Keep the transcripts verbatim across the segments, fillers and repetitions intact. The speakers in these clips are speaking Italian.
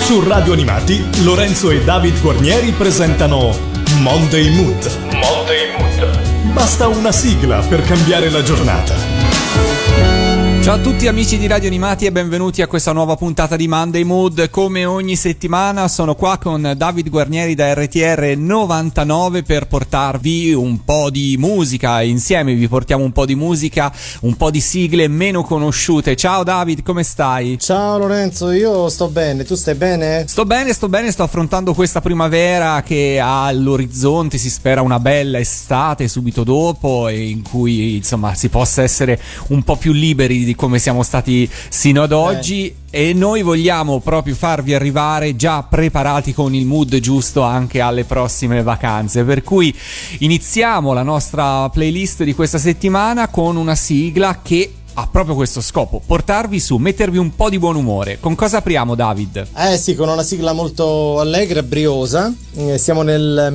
Su Radio Animati, Lorenzo e David Guarnieri presentano Monday Mood. Monday Mood. Basta una sigla per cambiare la giornata. Ciao a tutti amici di Radio Animati e benvenuti a questa nuova puntata di Monday Mood. Come ogni settimana sono qua con David Guarnieri da R T R novantanove per portarvi un po' di musica. Insieme vi portiamo un po' di musica, un po' di sigle meno conosciute. Ciao David, come stai? Ciao Lorenzo, io sto bene, tu stai bene? Sto bene, sto bene, sto affrontando questa primavera che ha all'orizzonte, si spera una bella estate subito dopo, e in cui insomma si possa essere un po' più liberi di come siamo stati sino ad oggi, eh. E noi vogliamo proprio farvi arrivare già preparati con il mood giusto anche alle prossime vacanze, per cui iniziamo la nostra playlist di questa settimana con una sigla che ha proprio questo scopo, portarvi su, mettervi un po' di buon umore. Con cosa apriamo, David? Eh sì, con una sigla molto allegra e briosa. Eh, siamo nel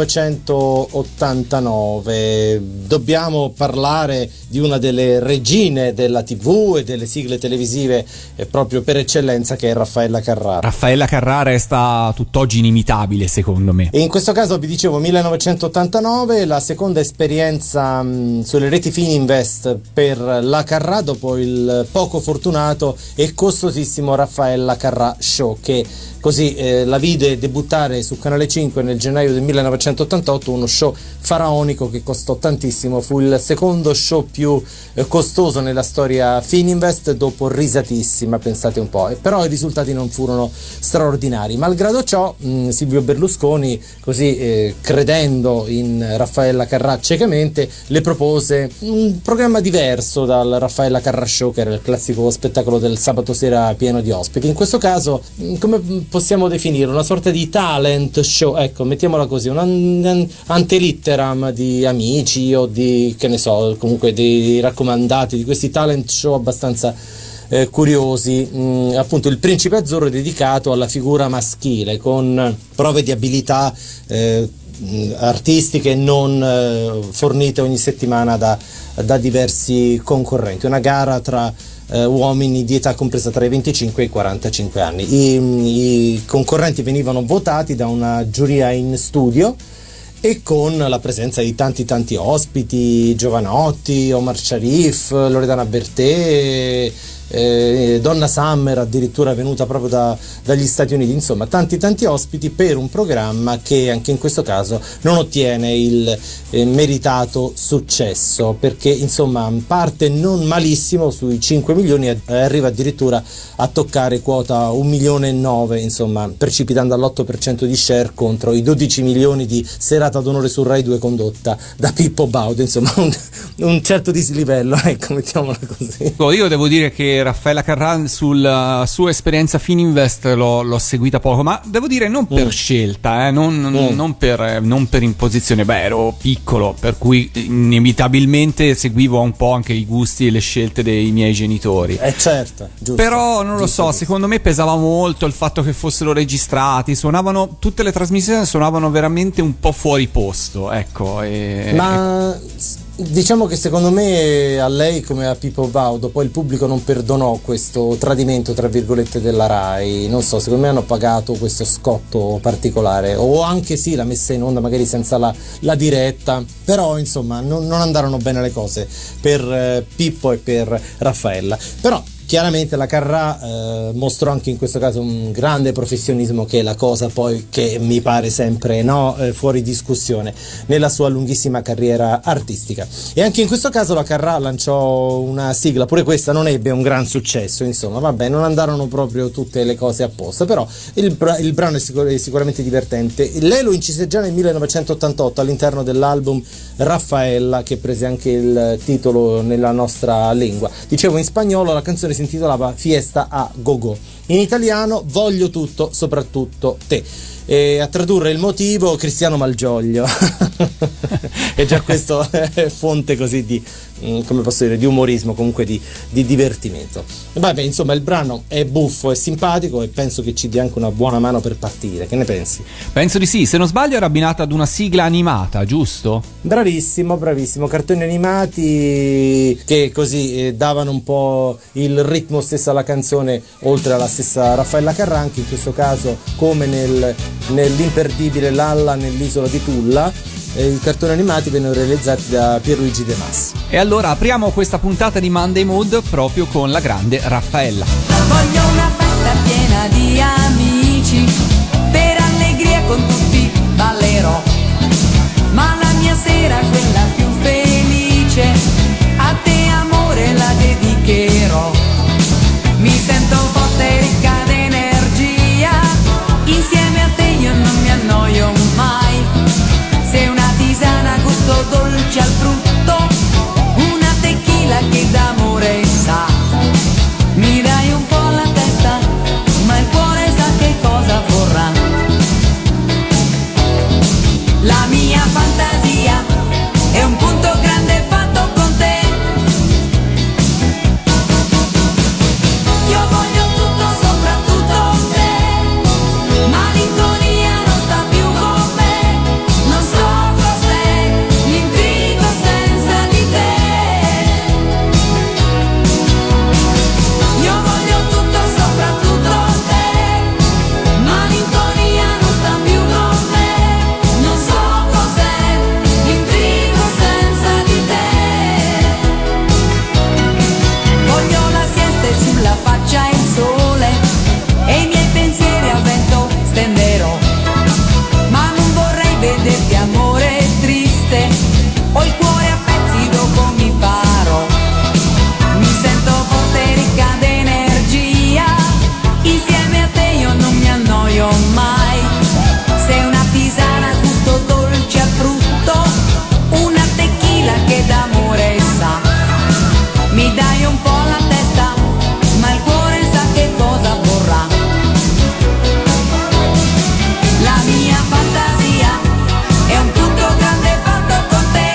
millenovecentottantanove. Dobbiamo parlare di una delle regine della tivù e delle sigle televisive eh, proprio per eccellenza, che è Raffaella Carrà. Raffaella Carrà resta tutt'oggi inimitabile, secondo me. E in questo caso vi dicevo millenovecentottantanove, la seconda esperienza mh, sulle reti Fininvest per la Carrà, dopo il poco fortunato e costosissimo Raffaella Carrà Show, che così eh, la vide debuttare su Canale cinque nel gennaio del millenovecentottantotto, uno show faraonico che costò tantissimo. Fu il secondo show più eh, costoso nella storia Fininvest, dopo Risatissima, pensate un po', e però i risultati non furono straordinari. Malgrado ciò mh, Silvio Berlusconi, così eh, credendo in Raffaella Carrà ciecamente, le propose un programma diverso dal Raffaella Carrà Show, che era il classico spettacolo del sabato sera pieno di ospiti. In questo caso, mh, come possiamo definire, una sorta di talent show, ecco, mettiamola così, un an- antelitteram di Amici o di, che ne so, comunque dei raccomandati, di questi talent show abbastanza eh, curiosi. Mm, appunto il Principe Azzurro è dedicato alla figura maschile, con prove di abilità eh, artistiche non eh, fornite ogni settimana da, da diversi concorrenti, una gara tra Uh, uomini di età compresa tra i venticinque e i quarantacinque anni. I, i concorrenti venivano votati da una giuria in studio e con la presenza di tanti tanti ospiti, Giovanotti, Omar Sharif, Loredana Bertè, eh, Donna Summer addirittura venuta proprio da, dagli Stati Uniti, insomma tanti tanti ospiti per un programma che anche in questo caso non ottiene il eh, meritato successo, perché insomma parte non malissimo sui cinque milioni e eh, arriva addirittura a toccare quota un milione e nove, insomma precipitando all'otto per cento di share contro i dodici milioni di serata d'onore su Rai due condotta da Pippo Baudo, insomma un, un certo dislivello, ecco, mettiamola così. Io devo dire che Raffaella Carrà sulla sua esperienza Fininvest l'ho, l'ho seguita poco, ma devo dire non per mm. scelta, eh, non, mm. non, per, non per imposizione. Beh, ero piccolo, per cui inevitabilmente seguivo un po' anche i gusti e le scelte dei miei genitori. Eh certo, giusto. Però non lo giusto, so, giusto. Secondo me pesava molto il fatto che fossero registrati, suonavano, tutte le trasmissioni suonavano veramente un po' fuori posto, ecco. E, ma diciamo che secondo me a lei, come a Pippo Baudo, poi il pubblico non perdonò questo tradimento tra virgolette della Rai. Non so, secondo me hanno pagato questo scotto particolare, o anche sì la messa in onda magari senza la, la diretta, però insomma non, non andarono bene le cose per eh, Pippo e per Raffaella. Però chiaramente la Carrà eh, mostrò anche in questo caso un grande professionismo, che è la cosa poi che mi pare sempre no, eh, fuori discussione nella sua lunghissima carriera artistica. E anche in questo caso la Carrà lanciò una sigla, pure questa non ebbe un gran successo, insomma vabbè, non andarono proprio tutte le cose apposta, però il, bra- il brano è, sicur- è sicuramente divertente. Lei lo incise già nel millenovecentottantotto all'interno dell'album Raffaella, che prese anche il titolo nella nostra lingua. Dicevo, in spagnolo la canzone si intitolava Fiesta a Gogo, in italiano Voglio tutto, soprattutto te. E a tradurre il motivo, Cristiano Malgioglio. E già questo è fonte così di come posso dire, di umorismo, comunque di, di divertimento. E vabbè, insomma, il brano è buffo e simpatico e penso che ci dia anche una buona mano per partire. Che ne pensi? Penso di sì, se non sbaglio era abbinata ad una sigla animata, giusto? Bravissimo, bravissimo, cartoni animati che così eh, davano un po' il ritmo stesso alla canzone, oltre alla stessa Raffaella Carranchi, in questo caso come nel, nell'imperdibile Lalla nell'isola di Tulla. Eh, I cartoni animati vennero realizzati da Pierluigi De Masi. E allora apriamo questa puntata di Monday Mood proprio con la grande Raffaella. Voglio una festa piena di amici, per allegria con tutti ballerò, ma la mia sera, quella più felice, a te amore la dedicherò. Mi sento forte, ricca d'energia, insieme a te io non mi annoio mai. Sei una tisana a gusto dolce al frutto, una tequila che d'amore sa. Mi dai un po' la testa, ma il cuore sa che cosa vorrà. La mia fantasia è un punto grande fatto con te. Io voglio tutto, soprattutto te. Malinconia non sta più con me. Non so cos'è l'intrigo senza di te. Io voglio tutto, soprattutto te. Malinconia non sta più con me. Non so cos'è l'intrigo senza di te. Voglio la siesta e sulla faccia il sole, e i miei pensieri al vento stenderò. Ma non vorrei vederti amore triste, ho il cuore a pezzi, dopo mi farò. Mi sento forte, ricca d'energia, insieme a te io non mi annoio mai. Sei una tisana a gusto dolce al frutto, una tequila che d'amore sa. Mi dai un po' la testa, ma il cuore sa che cosa vorrà. La mia fantasia è un tutto grande fatto con te.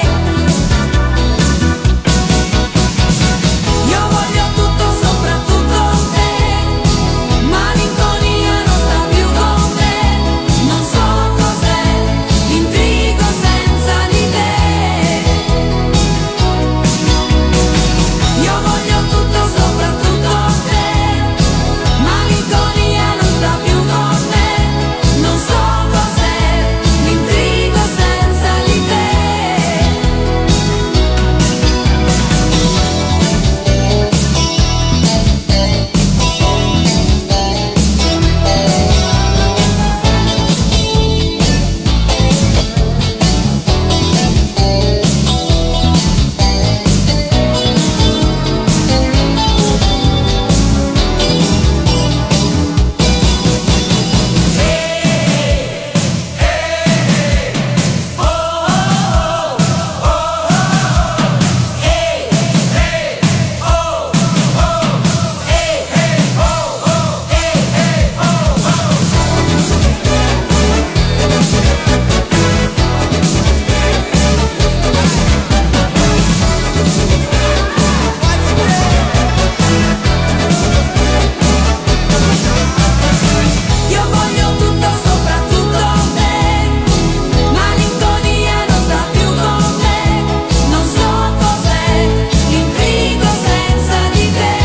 Io voglio tutto, soprattutto te. Malinconia non sta più con me. Non so cos'è l'intrigo senza di te. Io voglio tutto, soprattutto te. Malinconia non sta più con me. Non so cos'è l'intrigo senza di te. Io voglio tutto, soprattutto te. Malinconia non sta più con me. Non so cos'è l'intrigo senza di te.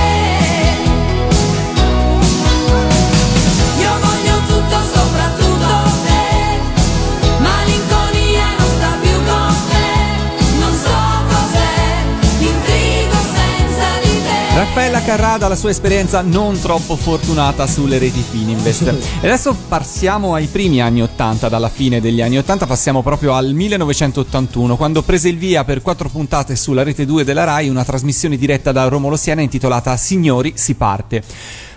Io voglio tutto, soprattutto te. Malinconia non sta più con me. Non so cos'è l'intrigo senza di te. Raffaella Carrà dalla sua esperienza non troppo fortunata sulle reti Fininvest. E adesso passiamo ai primi anni ottanta, dalla fine degli anni ottanta passiamo proprio al millenovecentottantuno, quando prese il via per quattro puntate sulla rete due della Rai una trasmissione diretta da Romolo Siena intitolata Signori, si parte.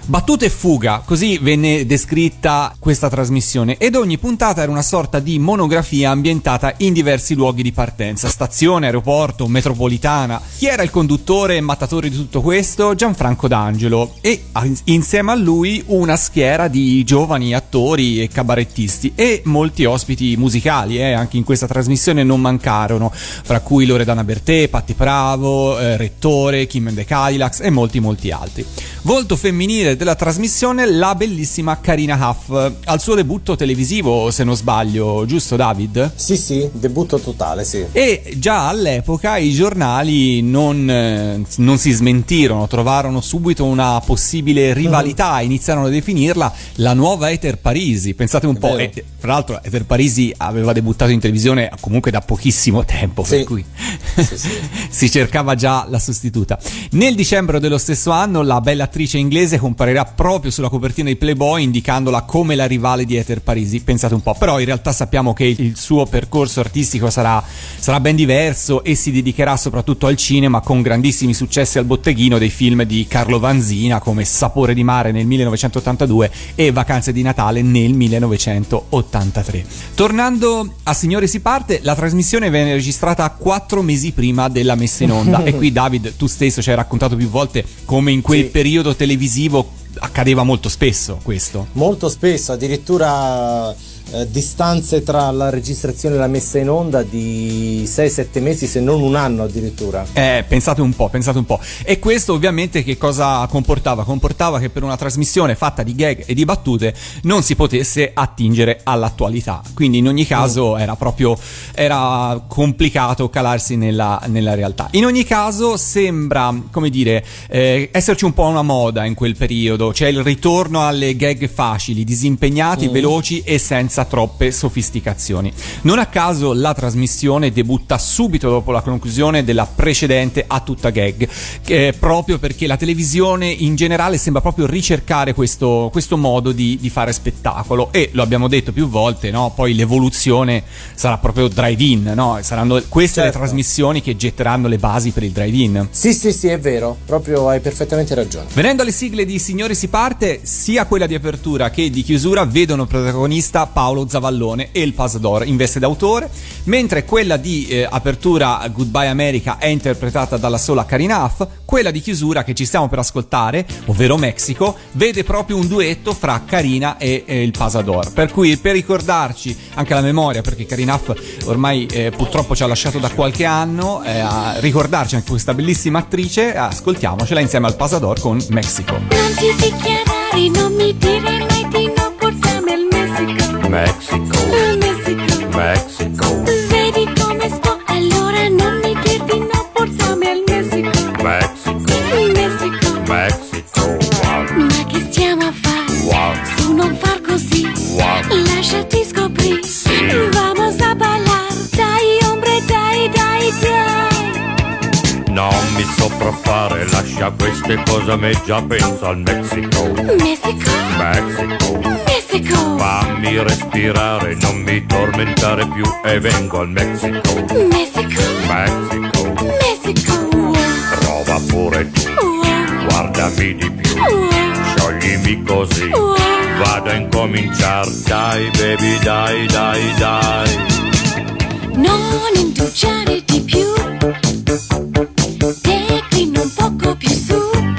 Battuta e fuga, così venne descritta questa trasmissione, ed ogni puntata era una sorta di monografia ambientata in diversi luoghi di partenza: stazione, aeroporto, metropolitana. Chi era il conduttore e mattatore di tutto questo? Gianfranco D'Angelo, e insieme a lui una schiera di giovani attori e cabarettisti, e molti ospiti musicali, eh, anche in questa trasmissione non mancarono, fra cui Loredana Bertè, Patti Bravo, eh, Rettore, Kim and the Cadillacs e molti molti altri. Volto femminile della trasmissione, la bellissima Karina Huff, al suo debutto televisivo, se non sbaglio, giusto David? Sì, sì, debutto totale, sì. E già all'epoca i giornali non, eh, non si smentirono, trovarono subito una possibile rivalità, mm-hmm. iniziarono a definirla la nuova Ether Parisi. Pensate un po', e, tra l'altro Ether Parisi aveva debuttato in televisione comunque da pochissimo tempo, sì. per cui sì, sì. si cercava già la sostituta. Nel dicembre dello stesso anno la bella attrice inglese comparirà proprio sulla copertina di Playboy, indicandola come la rivale di Ether Parisi. Pensate un po', però in realtà sappiamo che il suo percorso artistico sarà, sarà ben diverso, e si dedicherà soprattutto al cinema, con grandissimi successi al botteghino dei film di Carlo Vanzina come Sapore di mare nel millenovecentottantadue e Vacanze di Natale nel millenovecentottantatré. Tornando a Signore si parte, la trasmissione venne registrata quattro mesi prima della messa in onda e qui David, tu stesso ci hai raccontato più volte come in quel sì. periodo televisivo accadeva molto spesso questo. Molto spesso, addirittura eh, distanze tra la registrazione e la messa in onda di sei sette mesi, se non un anno addirittura. Eh, pensate un po', pensate un po'. E questo ovviamente che cosa comportava? Comportava che per una trasmissione fatta di gag e di battute non si potesse attingere all'attualità. Quindi in ogni caso mm. era proprio era complicato calarsi nella, nella realtà. In ogni caso sembra, come dire, eh, esserci un po' una moda in quel periodo. C'è il ritorno alle gag facili, disimpegnati, mm. veloci e senza troppe sofisticazioni. Non a caso la trasmissione debutta subito dopo la conclusione della precedente A Tutta Gag, che proprio perché la televisione in generale sembra proprio ricercare questo, questo modo di, di fare spettacolo, e lo abbiamo detto più volte, no? Poi l'evoluzione sarà proprio drive-in, no? Saranno queste certo. le trasmissioni che getteranno le basi per il drive-in. Sì, sì, sì, è vero, proprio hai perfettamente ragione. Venendo alle sigle di Signore si parte, sia quella di apertura che di chiusura vedono protagonista Paolo Zavallone e il Pasador in veste d'autore, mentre quella di eh, apertura Goodbye America è interpretata dalla sola Karina Huff. Quella di chiusura che ci stiamo per ascoltare, ovvero Mexico, vede proprio un duetto fra Karina e eh, il Pasador, per cui per ricordarci anche la memoria, perché Karina Huff ormai eh, purtroppo ci ha lasciato da qualche anno, eh, a ricordarci anche questa bellissima attrice, ascoltiamocela insieme al Pasador con Mexico. Non ti dichiarare, non mi dire mai di no, portami al Messico. Mexico, Messico, Mexico, vedi come sto, allora non mi dir di no, portami al Messico. Mexico, Messico, Mexico, wow, ma che stiamo a fare? wow, Su non far così, wow, lasciati scoprire, sì. Vamos a bailar, dai hombre, dai, dai, dai. Non mi sopraffare, lascia queste cose a me, già penso al Mexico. Messico, Mexico, Messico, fammi respirare, non mi tormentare più e vengo al Mexico. Messico, Mexico, Messico, wow, prova pure tu, wow, guardami di più, wow, scioglimi così, wow. vado a incominciare, dai baby, dai, dai, dai. Non indugiare di più, declino un poco più su.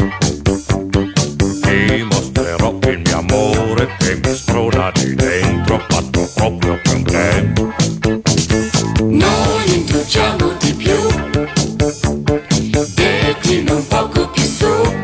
Ti mostrerò il mio amore che mi sprona di dentro, fatto proprio per te. Non indugiamo di più, declino un poco più su.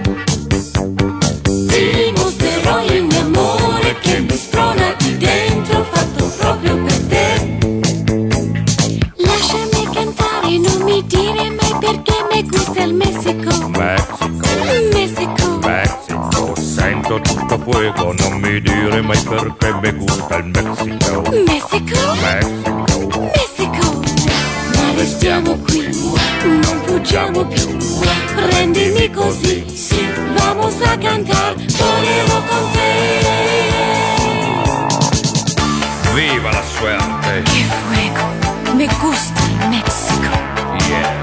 Ti mostrerò il mio amore che mi sprona di dentro, fatto proprio per te. Lasciami cantare, non mi dire mai perché mi gusta il Messico. Mexico, Messico, Mexico, sento tutto fuego, non mi dire mai perché mi gusta il Mexico. Messico, Mexico, Messico. Ma restiamo qui, non fuggiamo più. Prendimi così, sì, vamos a cantar, volevo con te. viva la suerte. Che fuego, me gusta el México. Yes.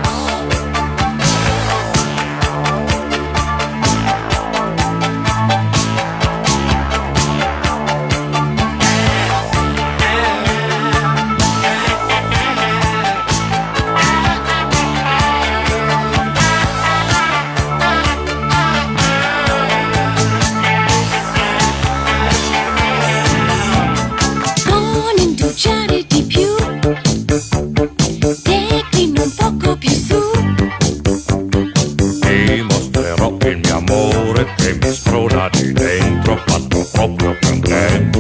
proprio più grande.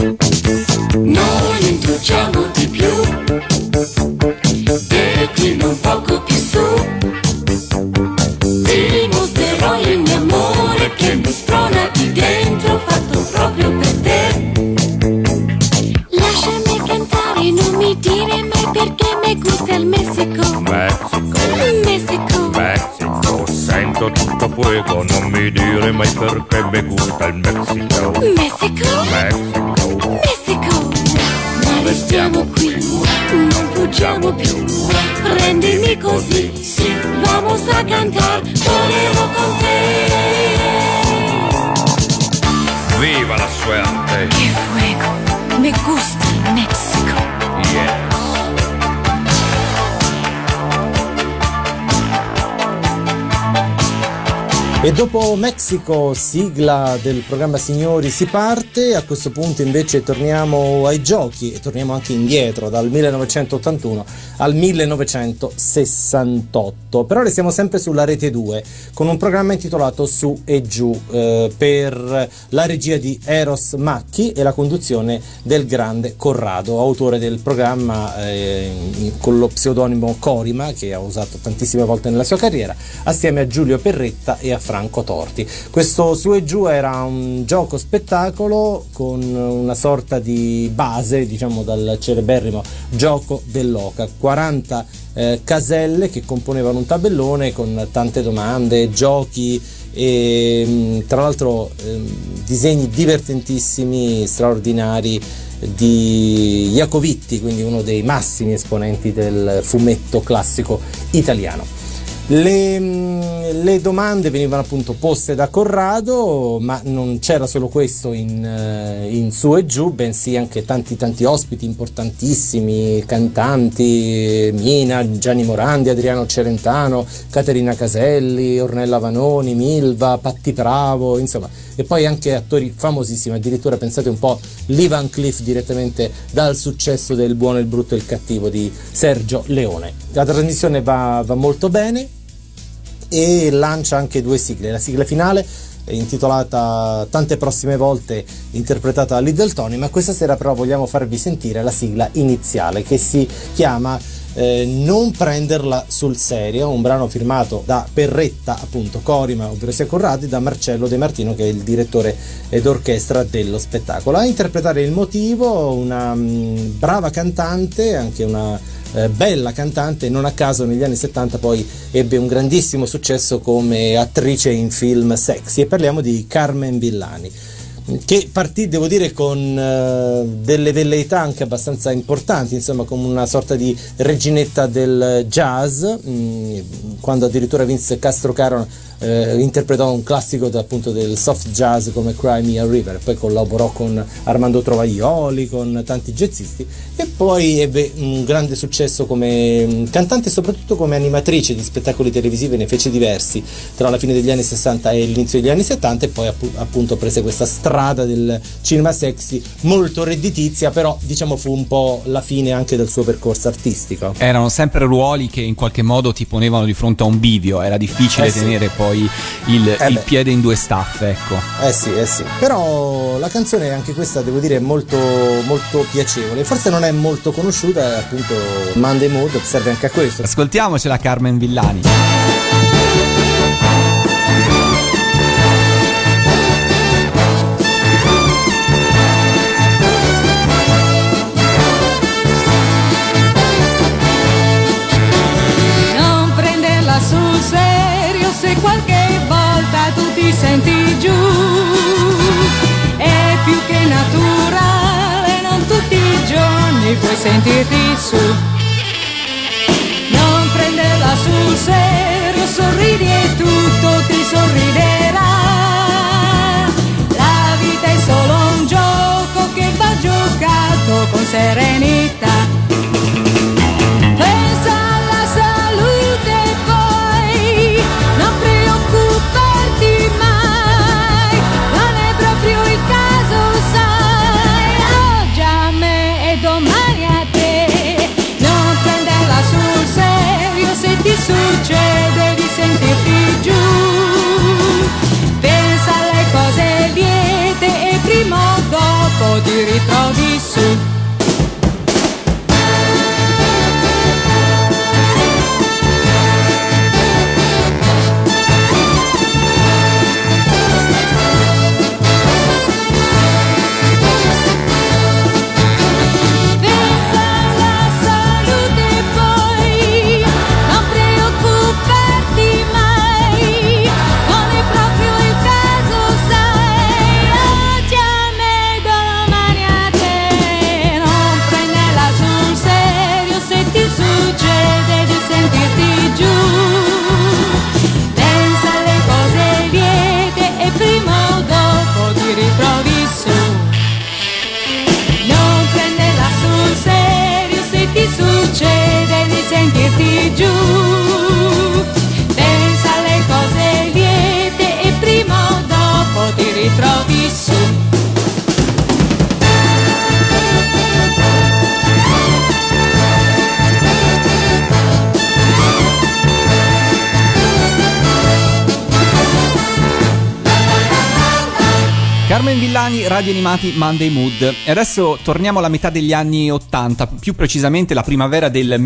Noi intrucciamo di più, declino un poco più su. Ti mostrerò il mio amore che mi sprona di dentro, fatto proprio per te. Lasciami cantare, non mi dire mai perché mi gusta il Messico. Messico, Messico, Messico, sento tutto fuoco, non mi dire mai perché mi gusta il Messico. Messico, Messico, Messico. Ma restiamo qui, non fuggiamo più. Prendimi così, sì, vamos a cantar bolero con te. viva la suerte. Che fuego, me gusta el México. Yes. E dopo Mexico, sigla del programma Signori si parte, a questo punto invece torniamo ai giochi e torniamo anche indietro dal millenovecentottantuno al millenovecentosessantotto. Però restiamo sempre sulla Rete due con un programma intitolato Su e Giù eh, per la regia di Eros Macchi e la conduzione del grande Corrado, autore del programma eh, con lo pseudonimo Corima, che ha usato tantissime volte nella sua carriera, assieme a Giulio Perretta e a Franco Torti. Questo Su e Giù era un gioco spettacolo con una sorta di base, diciamo, dal celeberrimo gioco dell'oca, quaranta eh, caselle che componevano un tabellone con tante domande, giochi e tra l'altro eh, disegni divertentissimi, straordinari di Iacovitti, quindi uno dei massimi esponenti del fumetto classico italiano. Le, le domande venivano appunto poste da Corrado, ma non c'era solo questo in, in Su e Giù, bensì anche tanti tanti ospiti importantissimi, cantanti, Mina, Gianni Morandi, Adriano Celentano, Caterina Caselli, Ornella Vanoni, Milva, Patti Bravo, insomma, e poi anche attori famosissimi, addirittura pensate un po' Lee Van Cleef, direttamente dal successo del Buono, il Brutto e il Cattivo di Sergio Leone. La trasmissione va, va molto bene e lancia anche due sigle. La sigla finale è intitolata Tante prossime volte, interpretata da Little Tony, ma questa sera però vogliamo farvi sentire la sigla iniziale, che si chiama eh, Non prenderla sul serio, un brano firmato da Perretta, appunto Corima, ovvero sia Corrado, e da Marcello De Martino, che è il direttore ed orchestra dello spettacolo. A interpretare il motivo una mh, brava cantante, anche una Eh, bella cantante, non a caso negli anni settanta poi ebbe un grandissimo successo come attrice in film sexy, e parliamo di Carmen Villani, che partì, devo dire, con uh, delle velleità anche abbastanza importanti, insomma, come una sorta di reginetta del jazz, mh, quando addirittura Vince Castrocaro eh, interpretò un classico da, appunto, del soft jazz come Cry Me a River, poi collaborò con Armando Trovaioli, con tanti jazzisti, e poi ebbe un grande successo come cantante e soprattutto come animatrice di spettacoli televisivi. Ne fece diversi tra la fine degli anni sessanta e l'inizio degli anni settanta, e poi appunto prese questa strada del cinema sexy molto redditizia, però diciamo fu un po' la fine anche del suo percorso artistico. Erano sempre ruoli che in qualche modo ti ponevano di fronte a un bivio, era difficile eh sì. tenere poi il, eh il piede in due staffe, ecco. Eh sì, eh sì. Però la canzone, anche questa, devo dire, è molto, molto piacevole. Forse non è molto conosciuta, appunto Monday Mood serve anche a questo. Ascoltiamocela, Carmen Villani. Non prenderla sul serio se qualche volta tu ti senti giù. È più che naturale, non tutti i giorni puoi sentirti su. Non prenderla sul serio, sorridi e tutto ti sorriderà. La vita è solo un gioco che va giocato con serenità. Pensa alla salute e poi non preoccuparti mai, non è proprio il caso, sai, oggi a me e domani a te. Non prenderla sul serio se ti succede di sentirti giù. Pensa alle cose liete e prima dopo ti ritrovi su. Succede di sentirti giù, pensa alle cose liete e prima o dopo ti ritrovi su. Carmen Villani, radio animati Monday Mood. E adesso torniamo alla metà degli anni ottanta, più precisamente la primavera del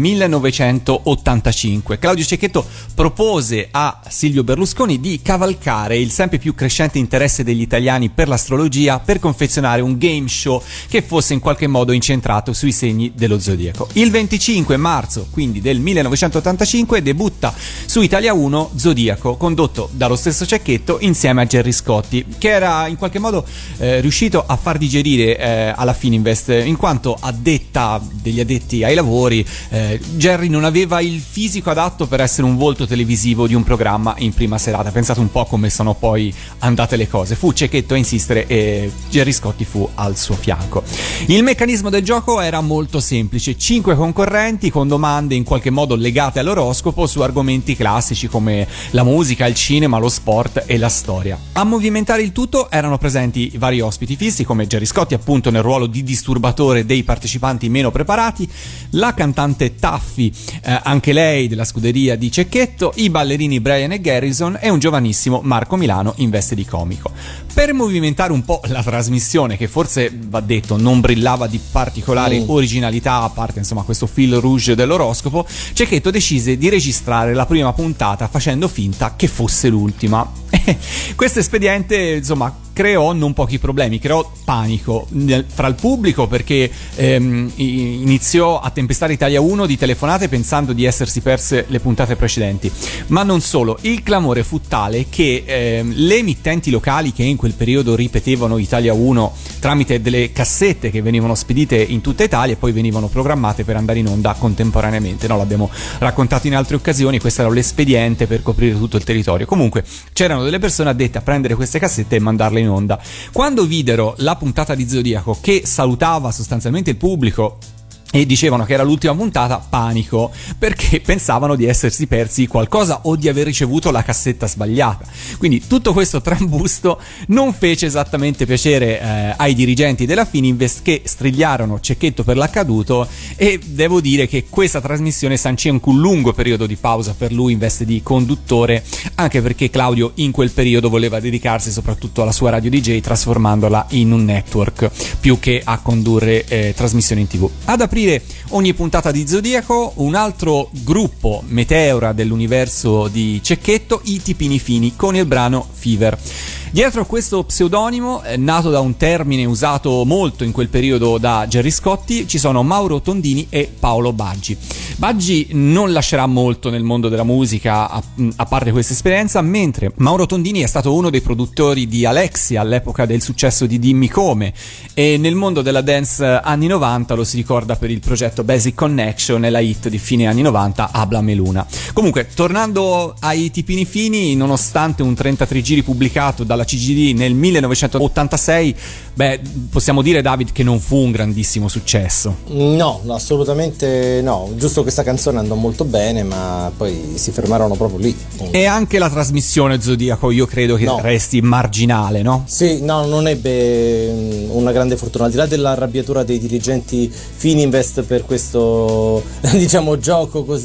millenovecentottantacinque. Claudio Cecchetto propose a Silvio Berlusconi di cavalcare il sempre più crescente interesse degli italiani per l'astrologia per confezionare un game show che fosse in qualche modo incentrato sui segni dello zodiaco. Il venticinque marzo, quindi del millenovecentottantacinque, debutta su Italia uno Zodiaco, condotto dallo stesso Cecchetto insieme a Gerry Scotti, che era in qualche modo Eh, riuscito a far digerire eh, alla Fininvest, in quanto a detta degli addetti ai lavori eh, Gerry non aveva il fisico adatto per essere un volto televisivo di un programma in prima serata. Pensate un po' come sono poi andate le cose. Fu Cecchetto a insistere e Gerry Scotti fu al suo fianco. Il meccanismo del gioco era molto semplice: cinque concorrenti con domande in qualche modo legate all'oroscopo su argomenti classici come la musica, il cinema, lo sport e la storia. A movimentare il tutto erano presenti i vari ospiti fissi come Gerry Scotti, appunto nel ruolo di disturbatore dei partecipanti meno preparati, la cantante Taffi, eh, anche lei della scuderia di Cecchetto, i ballerini Brian e Garrison e un giovanissimo Marco Milano in veste di comico. Per movimentare un po' la trasmissione, che forse, va detto, non brillava di particolare mm. originalità, a parte insomma questo fil rouge dell'oroscopo, Cecchetto decise di registrare la prima puntata facendo finta che fosse l'ultima. Questo espediente insomma creò non pochi problemi, creò panico nel, fra il pubblico, perché ehm, iniziò a tempestare Italia uno di telefonate pensando di essersi perse le puntate precedenti. Ma non solo, il clamore fu tale che ehm, le emittenti locali che in quel periodo ripetevano Italia uno tramite delle cassette che venivano spedite in tutta Italia e poi venivano programmate per andare in onda contemporaneamente, no? L'abbiamo raccontato in altre occasioni, questo era l'espediente per coprire tutto il territorio. Comunque c'erano delle persone addette a prendere queste cassette e mandarle in onda. Quando videro la puntata di Zodiaco che salutava sostanzialmente il pubblico e dicevano che era l'ultima puntata, panico, perché pensavano di essersi persi qualcosa o di aver ricevuto la cassetta sbagliata. Quindi tutto questo trambusto non fece esattamente piacere eh, ai dirigenti della Fininvest, che strigliarono Cecchetto per l'accaduto, e devo dire che questa trasmissione sancì anche un lungo periodo di pausa per lui in veste di conduttore, anche perché Claudio in quel periodo voleva dedicarsi soprattutto alla sua radio D J, trasformandola in un network più che a condurre eh, trasmissioni in tv. Ad aprire ogni puntata di Zodiaco un altro gruppo meteora dell'universo di Cecchetto, i Tipini Fini, con il brano Fever. Dietro a questo pseudonimo, eh, nato da un termine usato molto in quel periodo da Gerry Scotti, ci sono Mauro Tondini e Paolo Baggi. Baggi non lascerà molto nel mondo della musica a, a parte questa esperienza, mentre Mauro Tondini è stato uno dei produttori di Alexia all'epoca del successo di Dimmi Come, e nel mondo della dance anni novanta lo si ricorda per il progetto Basic Connection e la hit di fine anni novanta Háblame Luna. Comunque, tornando ai Tipini Fini, nonostante un trentatré giri pubblicato dalla C G D nel millenovecentottantasei, beh, possiamo dire, David, che non fu un grandissimo successo. No, assolutamente no. Giusto, questa canzone andò molto bene, ma poi si fermarono proprio lì. E anche la trasmissione Zodiaco io credo che no. resti marginale, no? Sì, no, non ebbe una grande fortuna, al di là dell'arrabbiatura dei dirigenti Fininvest per questo diciamo gioco così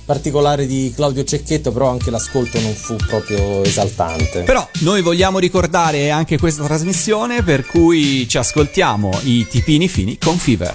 particolare di Claudio Cecchetto, però anche l'ascolto non fu proprio esaltante. Però noi vogliamo ricordare anche questa trasmissione, per cui ci ascoltiamo i Tipini Fini con Fever.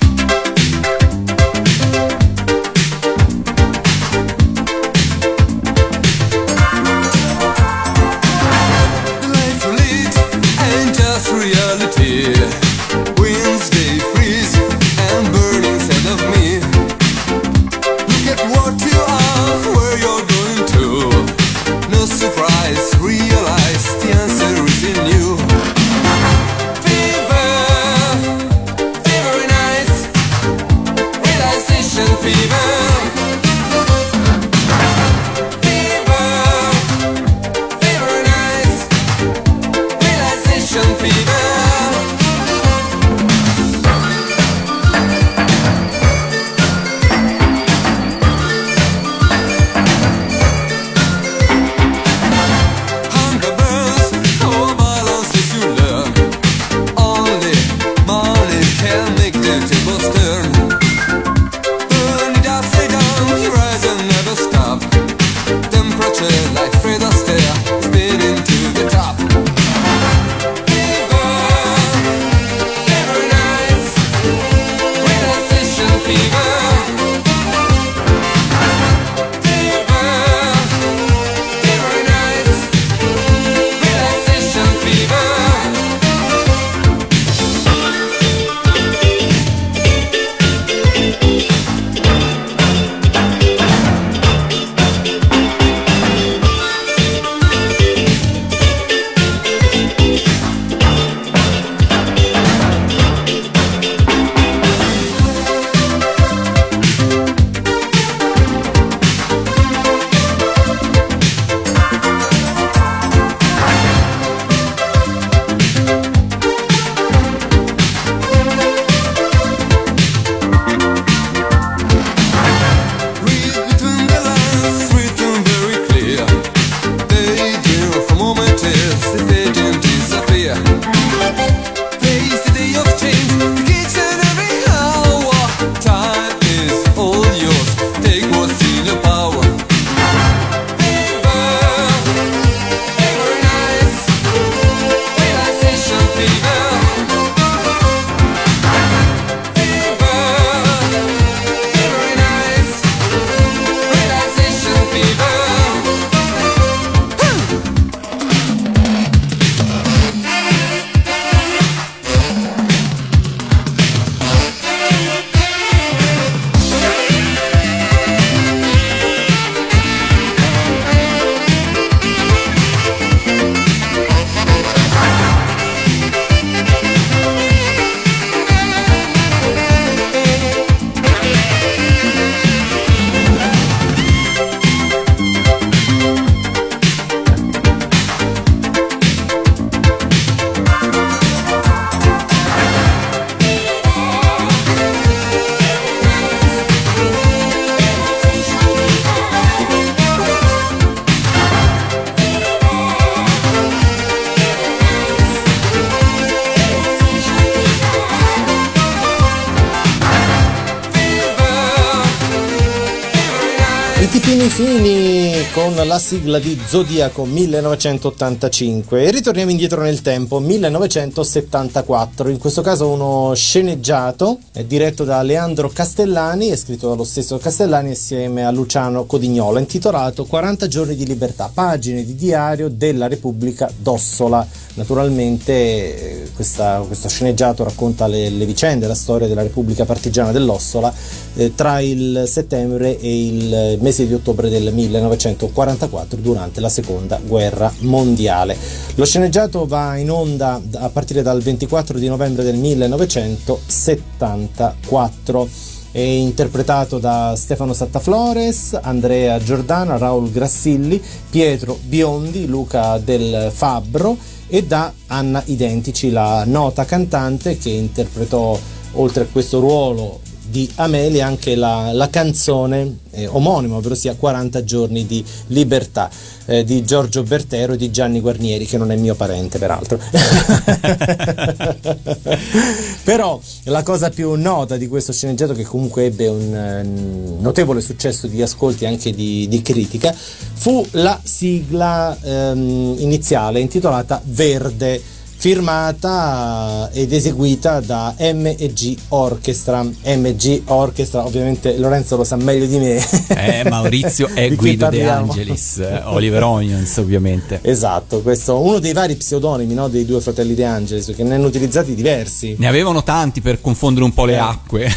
Tipini Fini con la sigla di Zodiaco millenovecentottantacinque, e ritorniamo indietro nel tempo, millenovecentosettantaquattro, in questo caso uno sceneggiato è diretto da Leandro Castellani e scritto dallo stesso Castellani assieme a Luciano Codignola, intitolato quaranta giorni di libertà, pagine di diario della Repubblica d'Ossola. Naturalmente questa, questo sceneggiato racconta le, le vicende, la storia della Repubblica Partigiana dell'Ossola eh, tra il settembre e il mese di ottobre del millenovecentoquarantaquattro, durante la seconda guerra mondiale. Lo sceneggiato va in onda a partire dal ventiquattro di novembre del millenovecentosettantaquattro. È interpretato da Stefano Sattaflores, Andrea Giordana, Raul Grassilli, Pietro Biondi, Luca Del Fabbro e da Anna Identici, la nota cantante che interpretò, oltre a questo ruolo di Amelia anche la, la canzone eh, omonima, ovvero sia quaranta giorni di libertà, eh, di Giorgio Bertero e di Gianni Guarnieri, che non è mio parente peraltro. Però la cosa più nota di questo sceneggiato, che comunque ebbe un eh, notevole successo di ascolti e anche di, di critica, fu la sigla ehm, iniziale intitolata Verde, firmata ed eseguita da M e G Orchestra. M G Orchestra, ovviamente Lorenzo lo sa meglio di me. Eh, Maurizio è Guido De Angelis, eh, Oliver Onions ovviamente. Esatto, questo uno dei vari pseudonimi, no, dei due fratelli De Angelis, perché ne hanno utilizzati diversi. Ne avevano tanti per confondere un po' le eh. acque.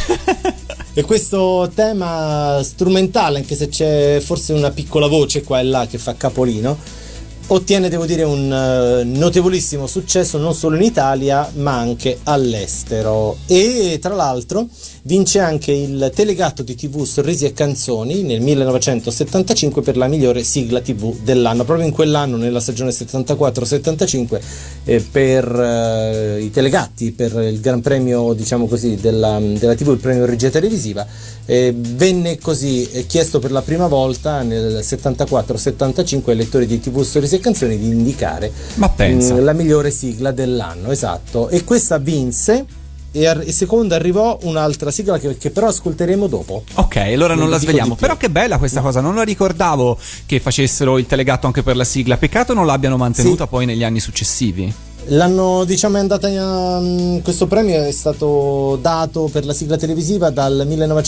E questo tema strumentale, anche se c'è forse una piccola voce qua e là che fa capolino, ottiene, devo dire, un uh, notevolissimo successo non solo in Italia ma anche all'estero, e tra l'altro vince anche il Telegatto di tivù Sorrisi e Canzoni nel millenovecentosettantacinque per la migliore sigla tivù dell'anno. Proprio in quell'anno, nella stagione settantaquattro settantacinque, eh, per uh, i Telegatti, per il Gran Premio, diciamo così, della, della tivù, il premio regia televisiva, eh, venne così eh, chiesto per la prima volta nel settantaquattro settantacinque ai lettori di tivù Sorrisi e Canzoni di indicare Ma pensa. mh, la migliore sigla dell'anno, esatto, e questa vinse. E, ar- e seconda arrivò un'altra sigla che, che però ascolteremo dopo. Ok, allora non Non la dico svegliamo. di più. Però che bella questa cosa, non la ricordavo che facessero il Telegatto anche per la sigla. Peccato non l'abbiano mantenuta Sì. poi negli anni successivi. L'anno, diciamo, è andata in, questo premio è stato dato per la sigla televisiva dal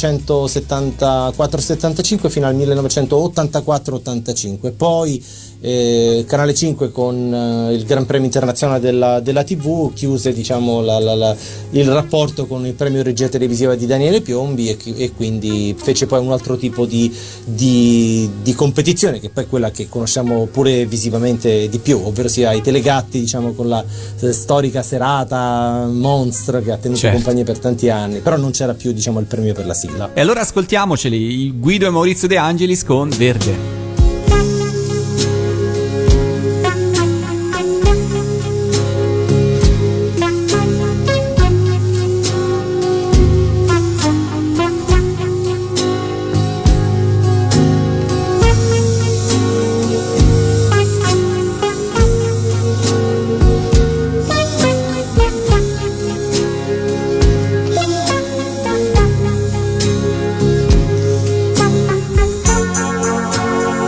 millenovecentosettantaquattro settantacinque fino al millenovecentottantaquattro ottantacinque. Poi eh, Canale cinque con eh, il Gran Premio Internazionale della, della tivù chiuse, diciamo, la, la, la, il rapporto con il premio regia televisiva di Daniele Piombi, e, e quindi fece poi un altro tipo di, di, di competizione, che poi è quella che conosciamo pure visivamente di più, ovvero sia i Telegatti, diciamo, con la storica serata monstra che ha tenuto Certo. compagnia per tanti anni, però non c'era più, diciamo, il premio per la sigla. E allora ascoltiamoceli, Guido e Maurizio De Angelis con Verde. Verde,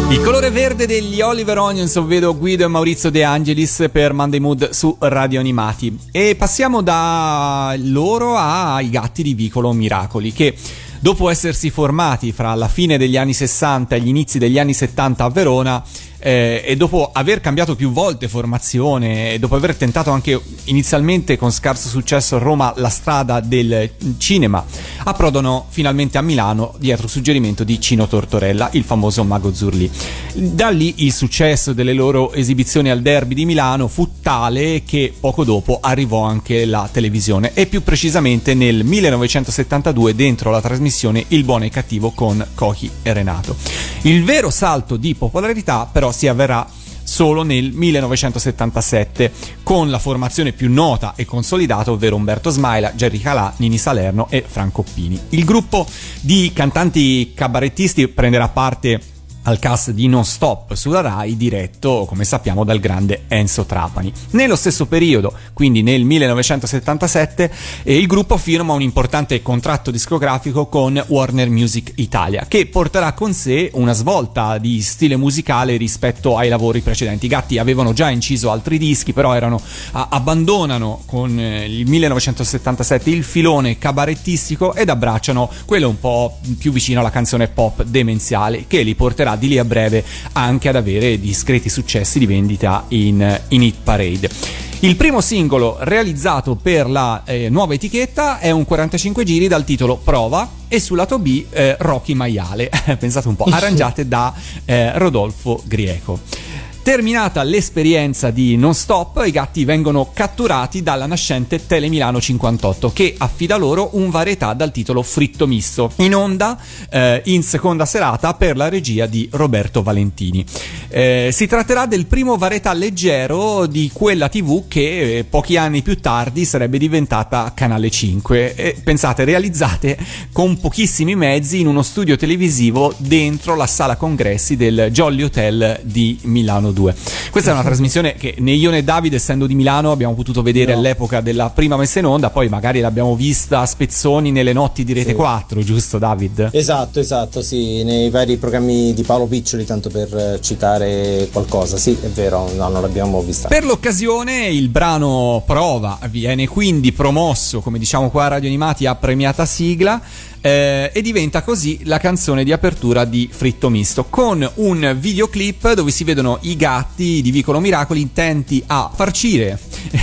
Il colore verde degli Oliver Onions, ovvero Guido e Maurizio De Angelis per Monday Mood su Radio Animati. E passiamo da loro ai Gatti di Vicolo Miracoli, che dopo essersi formati fra la fine degli anni sessanta e gli inizi degli anni settanta a Verona, eh, e dopo aver cambiato più volte formazione e dopo aver tentato anche inizialmente con scarso successo a Roma la strada del cinema, approdano finalmente a Milano dietro suggerimento di Cino Tortorella, il famoso Mago Zurlì. Da lì il successo delle loro esibizioni al Derby di Milano fu tale che poco dopo arrivò anche la televisione, e più precisamente nel millenovecentosettantadue dentro la trasmissione Il Buono e il Cattivo con Cochi e Renato. Il vero salto di popolarità però si avverrà solo nel millenovecentosettantasette con la formazione più nota e consolidata, ovvero Umberto Smaila, Gerry Calà, Nini Salerno e Franco Pini. Il gruppo di cantanti cabarettisti prenderà parte al cast di Non Stop sulla Rai, diretto, come sappiamo, dal grande Enzo Trapani. Nello stesso periodo, quindi nel millenovecentosettantasette, eh, il gruppo firma un importante contratto discografico con Warner Music Italia, che porterà con sé una svolta di stile musicale rispetto ai lavori precedenti. I Gatti avevano già inciso altri dischi, però erano a, abbandonano con eh, il millenovecentosettantasette il filone cabarettistico ed abbracciano quello un po' più vicino alla canzone pop demenziale, che li porterà di lì a breve anche ad avere discreti successi di vendita in, in hit parade. Il primo singolo realizzato per la eh, nuova etichetta è un quarantacinque giri dal titolo Prova, e sul lato B eh, Rocky Maiale, pensate un po', arrangiate da eh, Rodolfo Grieco. Terminata l'esperienza di Non Stop, i Gatti vengono catturati dalla nascente Tele Milano cinquantotto, che affida loro un varietà dal titolo Fritto Misto, in onda eh, in seconda serata per la regia di Roberto Valentini. Eh, si tratterà del primo varietà leggero di quella tivù che eh, pochi anni più tardi sarebbe diventata Canale cinque. E, pensate, realizzate con pochissimi mezzi in uno studio televisivo dentro la sala congressi del Jolly Hotel di Milano due. Questa è una trasmissione che né io né Davide, essendo di Milano, abbiamo potuto vedere no. all'epoca della prima messa in onda, poi magari l'abbiamo vista a spezzoni nelle notti di Rete sì. quattro, giusto David? Esatto, esatto, sì, nei vari programmi di Paolo Piccioli, tanto per citare qualcosa, sì, è vero, no, non l'abbiamo vista. Per l'occasione il brano Prova viene quindi promosso, come diciamo qua a Radio Animati, a premiata sigla, Eh, e diventa così la canzone di apertura di Fritto Misto, con un videoclip dove si vedono i Gatti di Vicolo Miracoli intenti a farcire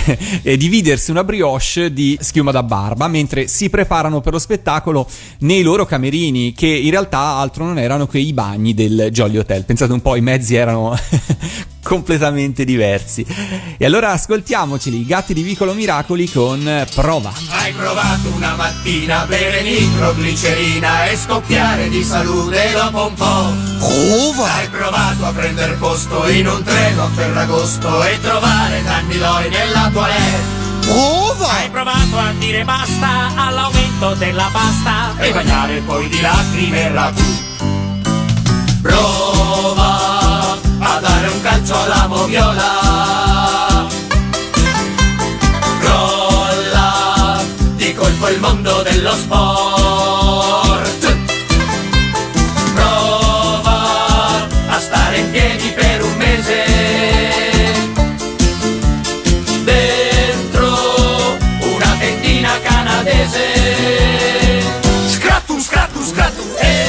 e dividersi una brioche di schiuma da barba mentre si preparano per lo spettacolo nei loro camerini, che in realtà altro non erano che i bagni del Jolly Hotel. Pensate un po', i mezzi erano completamente diversi. E allora ascoltiamoceli, i Gatti di Vicolo Miracoli con Prova. Hai provato una mattina a bere nitroglicerina e scoppiare di salute dopo un po'? Prova! Hai provato a prendere posto in un treno a Ferragosto e trovare Danny Loi nella toilette? Prova! Hai provato a dire basta all'aumento della pasta e bagnare poi di lacrime il ragù? Prova a dare un calcio alla moviola, crolla di colpo il mondo dello sport, prova a stare in piedi per un mese dentro una tendina canadese. Scrattum, scrattum, scrattum,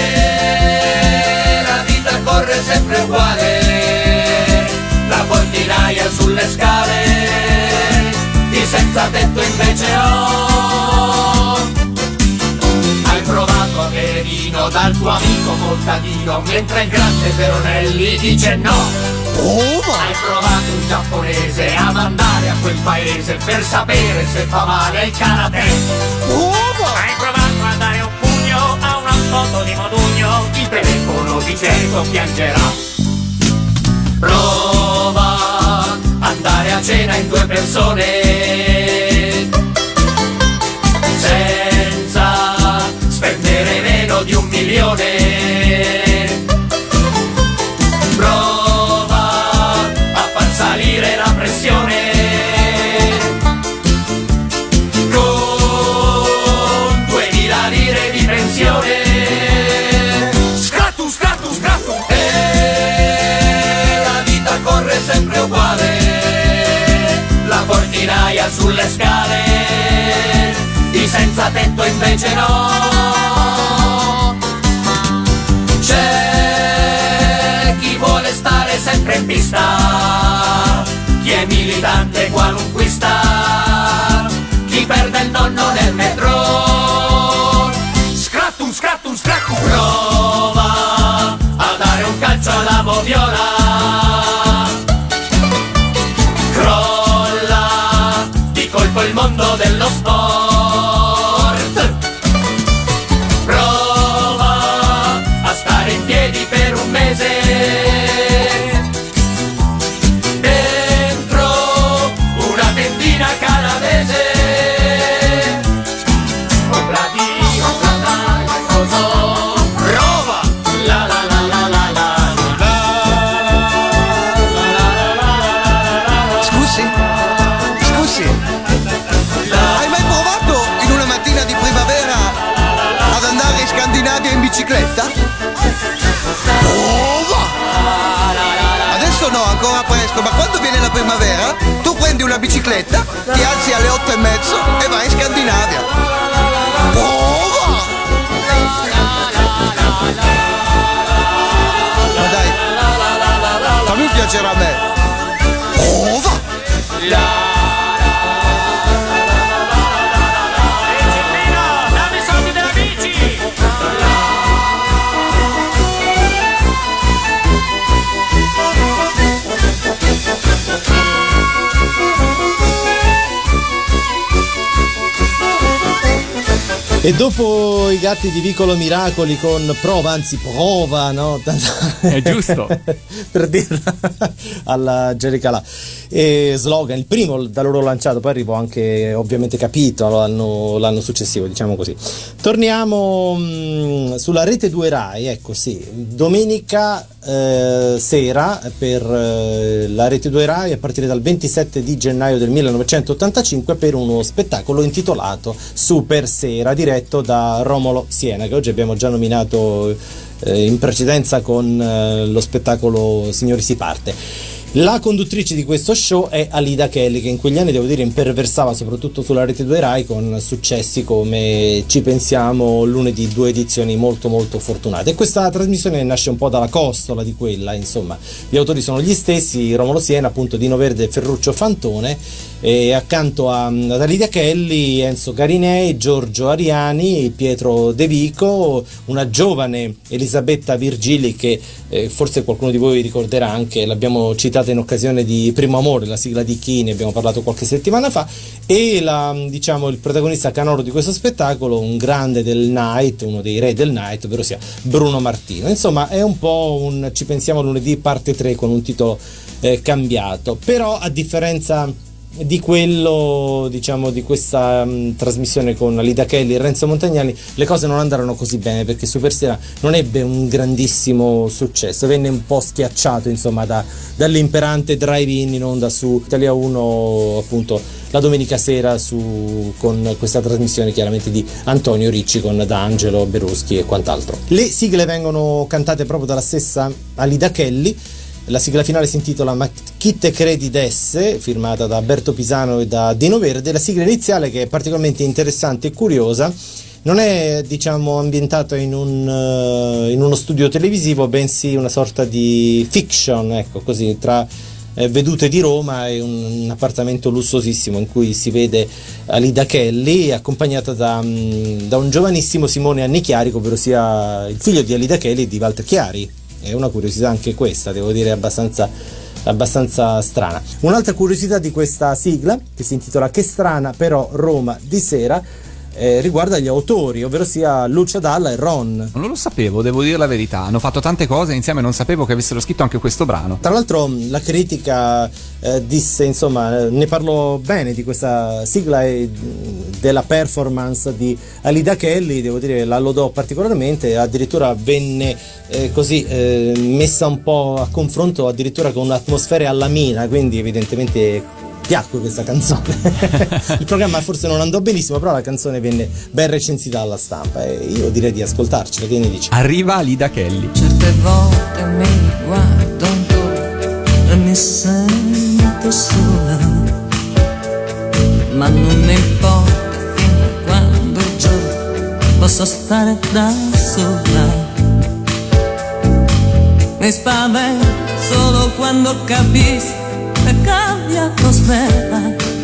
e la vita corre sempre uguale, la portinaia sulle scale, di senza tetto invece ho. Hai provato a bere vino dal tuo amico contadino, mentre il grande Veronelli dice no. Prova! Hai provato un giapponese a mandare a quel paese per sapere se fa male il karate. Prova! Hai provato a dare un pugno a una foto di Modugno, il telefono di certo piangerà. Prova andare a cena in due persone senza spendere meno di un milione. Prova a far salire la pressione con duemila lire di pensione. Scrattum, scrattum, scrattum, e chi senza tetto invece no. C'è chi vuole stare sempre in pista, chi è militante qualunquista, chi perde il nonno nel metro. Scrattum, scrattum, scrattum, prova a dare un calcio alla moviola. Crolla di colpo il mondo dello sport. Prova a stare in piedi per un mese dentro una tendina canadese. Comprati, comprata qualcosa. Prova! La la la la la la. Scusi? Scusi? Hai mai provato in una mattina di primavera ad andare in Scandinavia in bicicletta? Prova! Adesso no, ancora presto, ma quando viene la primavera tu prendi una bicicletta, ti alzi alle otto e mezzo e vai in Scandinavia. Prova! Ma dai, fammi un piacere a me. Prova! Dammi i soldi della bici! E dopo i gatti di Vicolo Miracoli con prova, anzi prova, no? È giusto. Per dirla alla Jerry Calà. E slogan, il primo da loro lanciato, poi arrivò anche ovviamente Capito l'anno, l'anno successivo, diciamo così. Torniamo mh, sulla Rete due Rai, ecco sì, domenica eh, sera per eh, la Rete due Rai a partire dal ventisette di gennaio del millenovecentottantacinque per uno spettacolo intitolato Super Sera, diretto da Romolo Siena, che oggi abbiamo già nominato eh, in precedenza con eh, lo spettacolo Signori si parte. La conduttrice di questo show è Alida Kelly, che in quegli anni, devo dire, imperversava soprattutto sulla Rete due Rai con successi come Ci pensiamo, lunedì, due edizioni molto molto fortunate. E questa trasmissione nasce un po' dalla costola di quella, insomma. Gli autori sono gli stessi, Romolo Siena, appunto, Dino Verde e Ferruccio Fantone, e accanto a, ad Alida Kelly, Enzo Carinei, Giorgio Ariani, Pietro De Vico, una giovane Elisabetta Virgili che eh, forse qualcuno di voi ricorderà anche, l'abbiamo citata in occasione di Primo Amore, la sigla di Chi, ne abbiamo parlato qualche settimana fa, e la, diciamo, il protagonista canoro di questo spettacolo, un grande del night, uno dei re del night, ovvero sia Bruno Martino. Insomma, è un po' un Ci pensiamo lunedì parte tre con un titolo eh, cambiato, però a differenza di quello, diciamo, di questa um, trasmissione con Alida Kelly e Renzo Montagnani, le cose non andarono così bene, perché Super Sera non ebbe un grandissimo successo, venne un po' schiacciato, insomma, da, dall'imperante drive-in in onda su Italia uno, appunto la domenica sera, su, con questa trasmissione chiaramente di Antonio Ricci con D'Angelo, Beruschi e quant'altro. Le sigle vengono cantate proprio dalla stessa Alida Kelly. La sigla finale si intitola Ma chi te credi desse, firmata da Berto Pisano e da Dino Verde. La sigla iniziale, che è particolarmente interessante e curiosa, non è, diciamo, ambientata in, un, uh, in uno studio televisivo, bensì una sorta di fiction, ecco, così, tra eh, vedute di Roma e un, un appartamento lussuosissimo in cui si vede Alida Kelly accompagnata da, um, da un giovanissimo Simone Annichiari, ovvero sia il figlio di Alida Kelly e di Walter Chiari. È una curiosità anche questa, devo dire, abbastanza, abbastanza strana. Un'altra curiosità di questa sigla, che si intitola Che strana però Roma di sera, eh, riguarda gli autori, ovvero sia Lucia Dalla e Ron. Non lo sapevo, devo dire la verità. Hanno fatto tante cose insieme, non sapevo che avessero scritto anche questo brano. Tra l'altro la critica eh, disse, insomma, ne parlò bene di questa sigla e della performance di Alida Kelly, devo dire, la lodò particolarmente, addirittura venne eh, così eh, messa un po' a confronto addirittura con atmosfere alla Mina, quindi evidentemente piacque questa canzone. Il programma forse non andò benissimo, però la canzone venne ben recensita alla stampa e io direi di ascoltarcela. Che ne dici? Arriva Alida Kelly. Certe volte mi guardo intorno e mi sola, ma non mi importa fino a quando posso stare da sola. Mi spavento solo quando capisco che cambia atmosfera.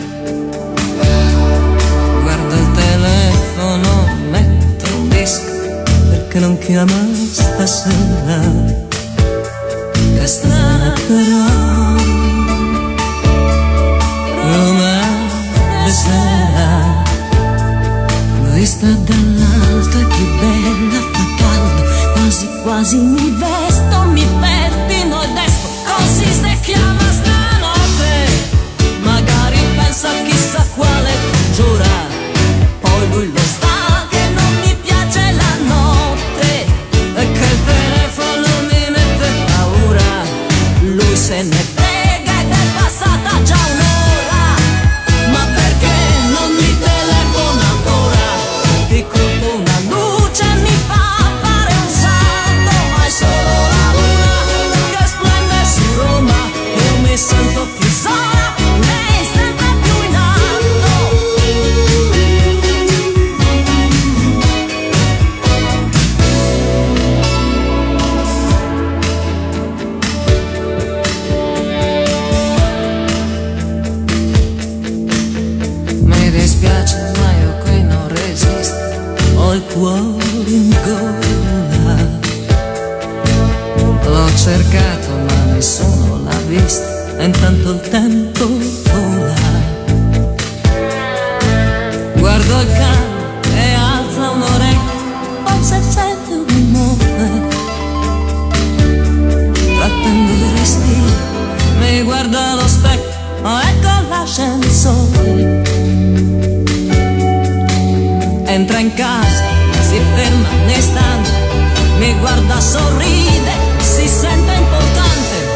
Guardo il telefono, metto un disco perché non chiama stasera. Che strana però Roma di sera, vista dall'alto è più bella, fa caldo, quasi quasi mi vesto, mi pettino e despo, così si chiama stanotte. Magari pensa a chissà quale giura, poi lui lo sa che non mi piace la notte e che il telefono mi mette paura. Lui se ne frega ed è passata già un'ora, ma perché non mi telefona ancora? Di colpo una luce mi fa fare un salto, ma è solo la luna che splende su Roma. Io mi sento più sola, lei sempre più in alto. Mi dispiace ma io qui non resisto, ho il cuore in gola. L'ho cercato ma nessuno l'ha visto e intanto il tempo vola. Guardo il cane e alza un'orecchia, forse sente un rumore. Trattengo il respiro, mi guarda allo specchio, oh, ecco l'ascensore. Entra in casa, si ferma un istante, mi guarda, sorride, si sente importante.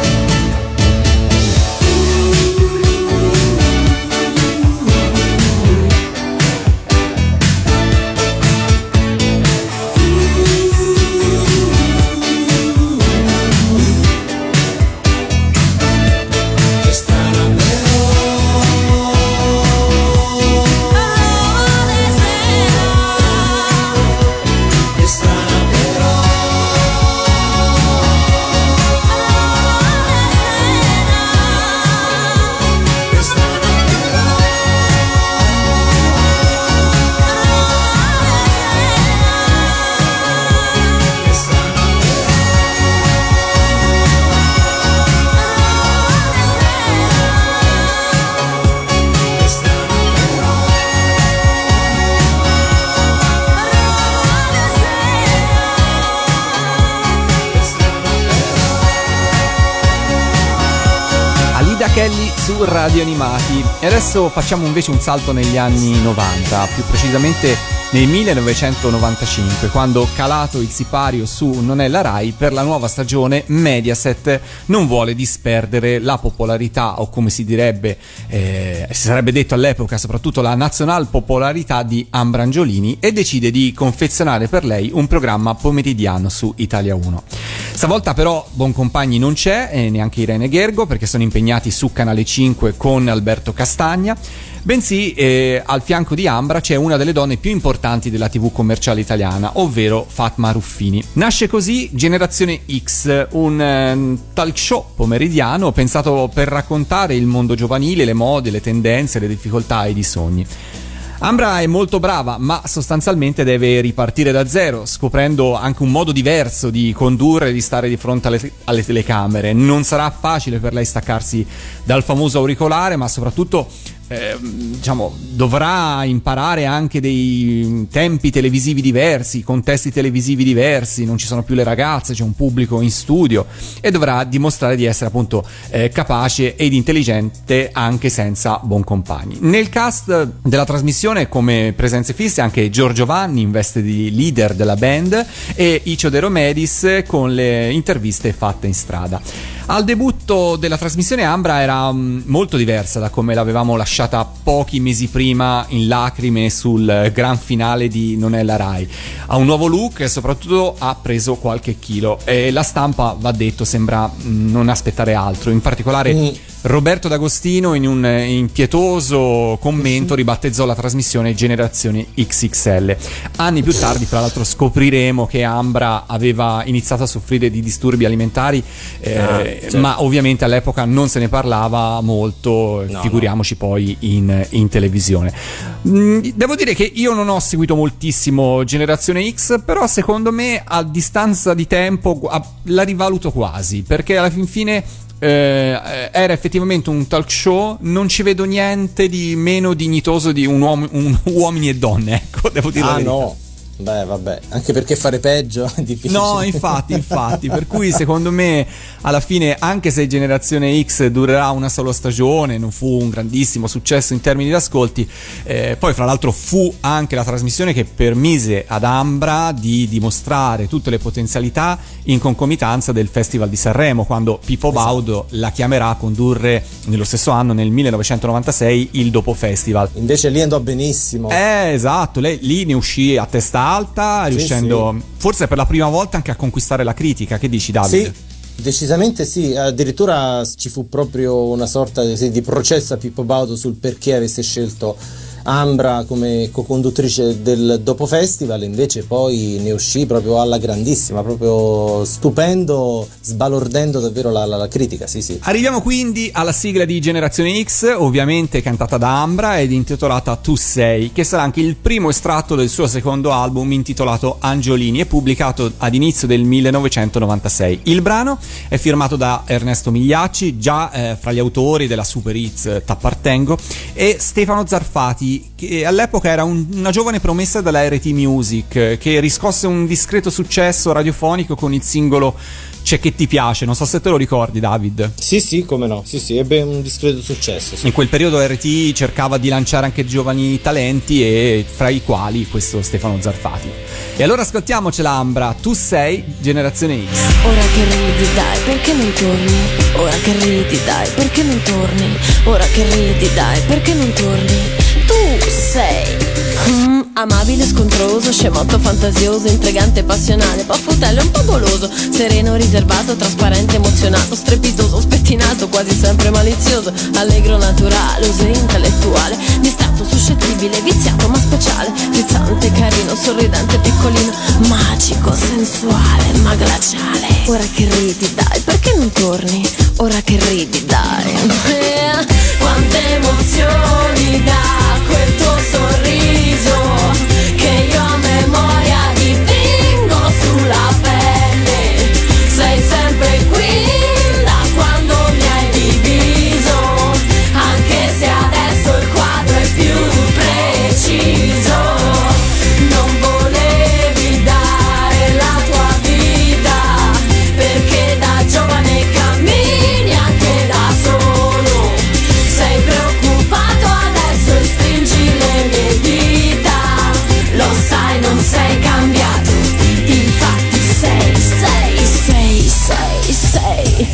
Kelly su Radio Animati. E adesso facciamo invece un salto negli anni novanta, più precisamente nel millenovecentonovantacinque, quando, calato il sipario su Non è la Rai, per la nuova stagione Mediaset non vuole disperdere la popolarità, o come si direbbe, eh, si sarebbe detto all'epoca, soprattutto la nazional popolarità di Ambra Angiolini, e decide di confezionare per lei un programma pomeridiano su Italia uno. Stavolta però Boncompagni non c'è, e neanche Irene Ghergo, perché sono impegnati su Canale cinque con Alberto Castagna, bensì eh, al fianco di Ambra c'è una delle donne più importanti della tivù commerciale italiana, ovvero Fatma Ruffini. Nasce così Generazione X, un eh, talk show pomeridiano pensato per raccontare il mondo giovanile, le mode, le tendenze, le difficoltà e i sogni. Ambra è molto brava, ma sostanzialmente deve ripartire da zero, scoprendo anche un modo diverso di condurre e di stare di fronte alle, alle telecamere. Non sarà facile per lei staccarsi dal famoso auricolare, ma soprattutto eh, diciamo dovrà imparare anche dei tempi televisivi diversi, contesti televisivi diversi. Non ci sono più le ragazze, c'è un pubblico in studio, e dovrà dimostrare di essere appunto eh, capace ed intelligente anche senza Boncompagni. Nel cast della trasmissione, come presenze fisse, anche Giorgio Vanni in veste di leader della band e Icio De Romedis con le interviste fatte in strada. Al debutto della trasmissione Ambra era um, molto diversa da come l'avevamo lasciata pochi mesi prima in lacrime sul gran finale di Non è la Rai. Ha un nuovo look e soprattutto ha preso qualche chilo, e la stampa, va detto, sembra mh, non aspettare altro. In particolare mm. Roberto D'Agostino in un impietoso commento ribattezzò la trasmissione Generazione X X L. Anni più tardi, fra l'altro, scopriremo che Ambra aveva iniziato a soffrire di disturbi alimentari, eh, ah, certo. ma ovviamente all'epoca non se ne parlava molto, no, figuriamoci no. poi in, in televisione. Mm, devo dire che io non ho seguito moltissimo Generazione X, però secondo me a distanza di tempo la rivaluto quasi, perché alla fin fine Eh, era effettivamente un talk show, non ci vedo niente di meno dignitoso di un uomo, un uomini e donne, ecco, devo dire ah, la verità. No. Beh, vabbè, anche perché fare peggio è difficile. No, infatti, infatti, per cui secondo me alla fine, anche se Generazione X durerà una sola stagione, non fu un grandissimo successo in termini di ascolti, eh, poi fra l'altro fu anche la trasmissione che permise ad Ambra di dimostrare tutte le potenzialità in concomitanza del Festival di Sanremo, quando Pippo esatto. Baudo la chiamerà a condurre nello stesso anno, nel millenovecentonovantasei, il Dopo Festival. Invece lì andò benissimo. Eh, esatto, lei lì ne uscì a testa alta, sì, riuscendo sì. forse per la prima volta anche a conquistare la critica. Che dici, Davide? Sì, decisamente sì, addirittura ci fu proprio una sorta di, di processo a Pippo Baudo sul perché avesse scelto Ambra come co-conduttrice del Dopo Festival, invece poi ne uscì proprio alla grandissima, proprio stupendo, sbalordendo davvero la, la, la critica, sì sì. Arriviamo quindi alla sigla di Generazione X, ovviamente cantata da Ambra ed intitolata Tu sei, che sarà anche il primo estratto del suo secondo album intitolato Angiolini e pubblicato ad inizio del millenovecentonovantasei. Il brano è firmato da Ernesto Migliacci, già eh, fra gli autori della Super Hits T'appartengo, e Stefano Zarfati, che all'epoca era un, una giovane promessa della R T Music, che riscosse un discreto successo radiofonico con il singolo C'è che ti piace. Non so se te lo ricordi, David. Sì sì, come no, sì sì, ebbe un discreto successo, sì. In quel periodo R T cercava di lanciare anche giovani talenti, e fra i quali questo Stefano Zarfati. E allora ascoltiamocela, Ambra, Tu sei, Generazione X. Ora che ridi dai, perché non torni? Ora che ridi dai, perché non torni? Ora che ridi dai, perché non torni? Tu sei mm, amabile, scontroso, scemotto, fantasioso, intrigante, passionale, paffutello, un po' goloso, sereno, riservato, trasparente, emozionato, strepitoso, spettinato, quasi sempre malizioso, allegro, naturale, uso intellettuale, distratto, suscettibile, viziato ma speciale, frizzante, carino, sorridente, piccolino, magico, sensuale, ma glaciale. Ora che ridi dai, perché non torni? Ora che ridi dai. Eh, quante emozioni dà quel tuo sorriso, che io a memoria dipingo sulla pelle. Sei sempre qui da quando mi hai diviso, anche se adesso il quadro è più preciso. Non volevi dare la tua vita, perché da giovane cammini anche da solo. Sei preoccupato adesso e stringi le mie dita. Lo sai, non sei cambiato, infatti sei, sei, sei, sei, sei.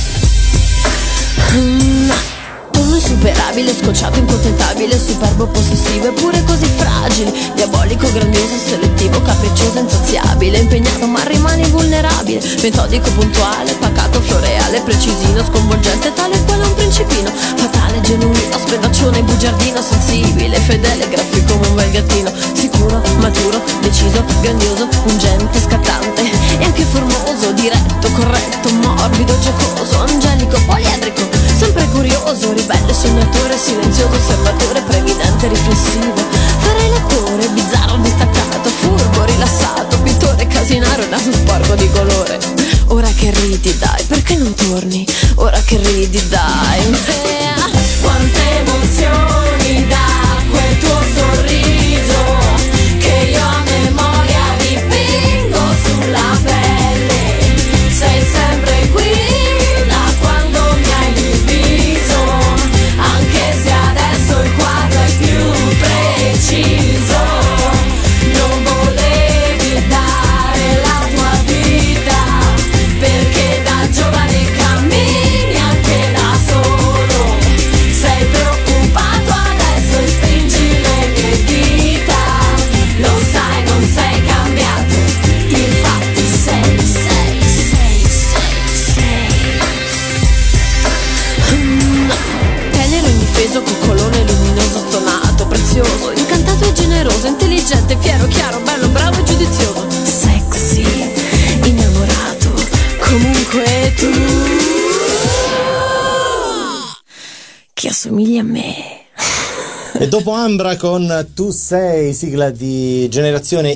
Mm, uno insuperabile, scocciato, incontentabile, superbo, possessivo, eppure così fragile, diabolico, grandioso, selettivo, capriccioso, insaziabile, impegnato ma rimani vulnerabile, metodico, puntuale, pacato, floreale, precisino, sconvolgente, tale quale un principino, fatale, genuino, spendaccione, bugiardino, sensibile, fedele, grafico come un bel gattino, sicuro, maturo, deciso, grandioso, pungente, scattante e anche formoso, diretto, corretto, morbido, giocoso, angelico, poliedrico, sempre curioso, ribelle, sognatore, silenzioso, osservatore, previdente, riflessivo, farei l'attore, bizzarro, distaccato, furbo, rilassato, pittore, casinario, naso sporco di colore. Ora che ridi dai, perché non torni? Ora che ridi dai. Eh, quante emozioni dà quel tuo sorriso, che io a memoria dipingo sulla pelle. Comunque tu che assomigli a me. E dopo Ambra con Tu sei, sigla di Generazione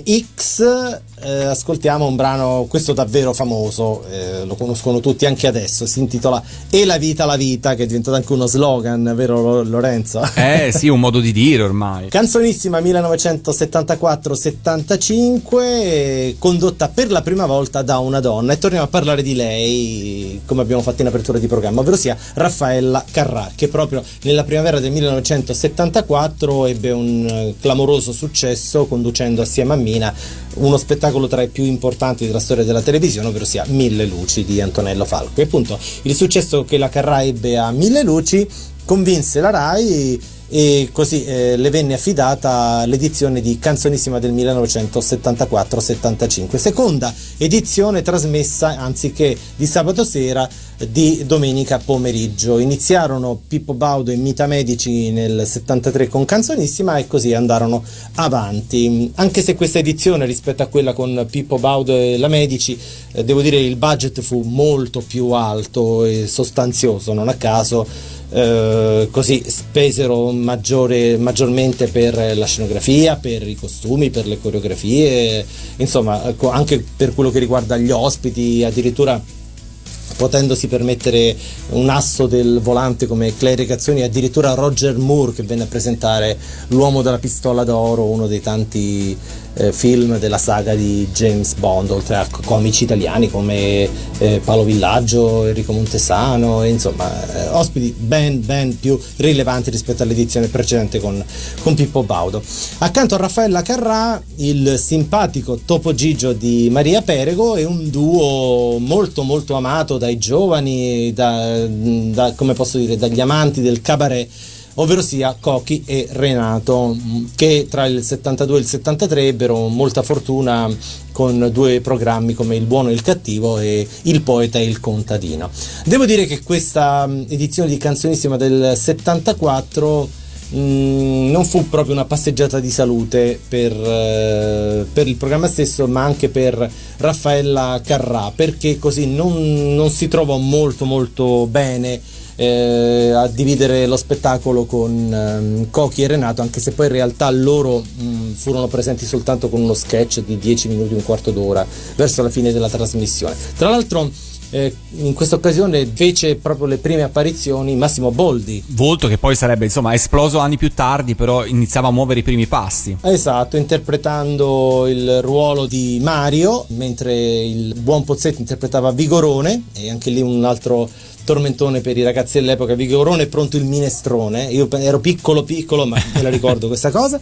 X, eh, ascoltiamo un brano, questo davvero famoso, eh, lo conoscono tutti anche adesso, si intitola E la vita la vita, che è diventato anche uno slogan, vero Lorenzo? Eh sì, un modo di dire ormai. Canzonissima millenovecentosettantaquattro settantacinque, eh, condotta per la prima volta da una donna, e torniamo a parlare di lei come abbiamo fatto in apertura di programma, ovvero sia Raffaella Carrà, che proprio nella primavera del millenovecentosettantaquattro ebbe un clamoroso successo conducendo assieme a Mina uno spettacolo tra i più importanti della storia della televisione, ovvero sia Mille Luci di Antonello Falco. E appunto il successo che la Carrà ebbe a Mille Luci convinse la Rai, e così eh, le venne affidata l'edizione di Canzonissima del millenovecentosettantaquattro settantacinque, seconda edizione trasmessa anziché di sabato sera di domenica pomeriggio. Iniziarono Pippo Baudo e Mita Medici nel settantatré con Canzonissima e così andarono avanti, anche se questa edizione rispetto a quella con Pippo Baudo e la Medici, eh, devo dire il budget fu molto più alto e sostanzioso, non a caso Uh, così spesero maggiore, maggiormente per la scenografia, per i costumi, per le coreografie, insomma anche per quello che riguarda gli ospiti, addirittura potendosi permettere un asso del volante come Claire Cazzoni, addirittura Roger Moore che venne a presentare L'uomo della pistola d'oro, uno dei tanti eh, film della saga di James Bond, oltre a comici italiani come eh, Paolo Villaggio, Enrico Montesano, e insomma eh, ospiti ben ben più rilevanti rispetto all'edizione precedente con, con Pippo Baudo. Accanto a Raffaella Carrà il simpatico Topo Gigio di Maria Perego, e un duo molto molto amato dai giovani, da, da, come posso dire, dagli amanti del cabaret, ovvero sia Cochi e Renato, che tra il settantadue e il settantatré ebbero molta fortuna con due programmi come Il buono e il cattivo e Il poeta e il contadino. Devo dire che questa edizione di Canzonissima del settantaquattro Mm, non fu proprio una passeggiata di salute per, eh, per il programma stesso, ma anche per Raffaella Carrà, perché così non, non si trovò molto molto bene eh, a dividere lo spettacolo con eh, Cochi e Renato, anche se poi in realtà loro mh, furono presenti soltanto con uno sketch di dieci minuti, un quarto d'ora verso la fine della trasmissione. Tra l'altro Eh, in questa occasione fece proprio le prime apparizioni Massimo Boldi, volto che poi sarebbe insomma esploso anni più tardi, però iniziava a muovere i primi passi. Esatto, interpretando il ruolo di Mario, mentre il buon Pozzetti interpretava Vigorone, e anche lì un altro tormentone per i ragazzi dell'epoca. Vigorone è pronto il minestrone, io ero piccolo piccolo ma me la ricordo questa cosa.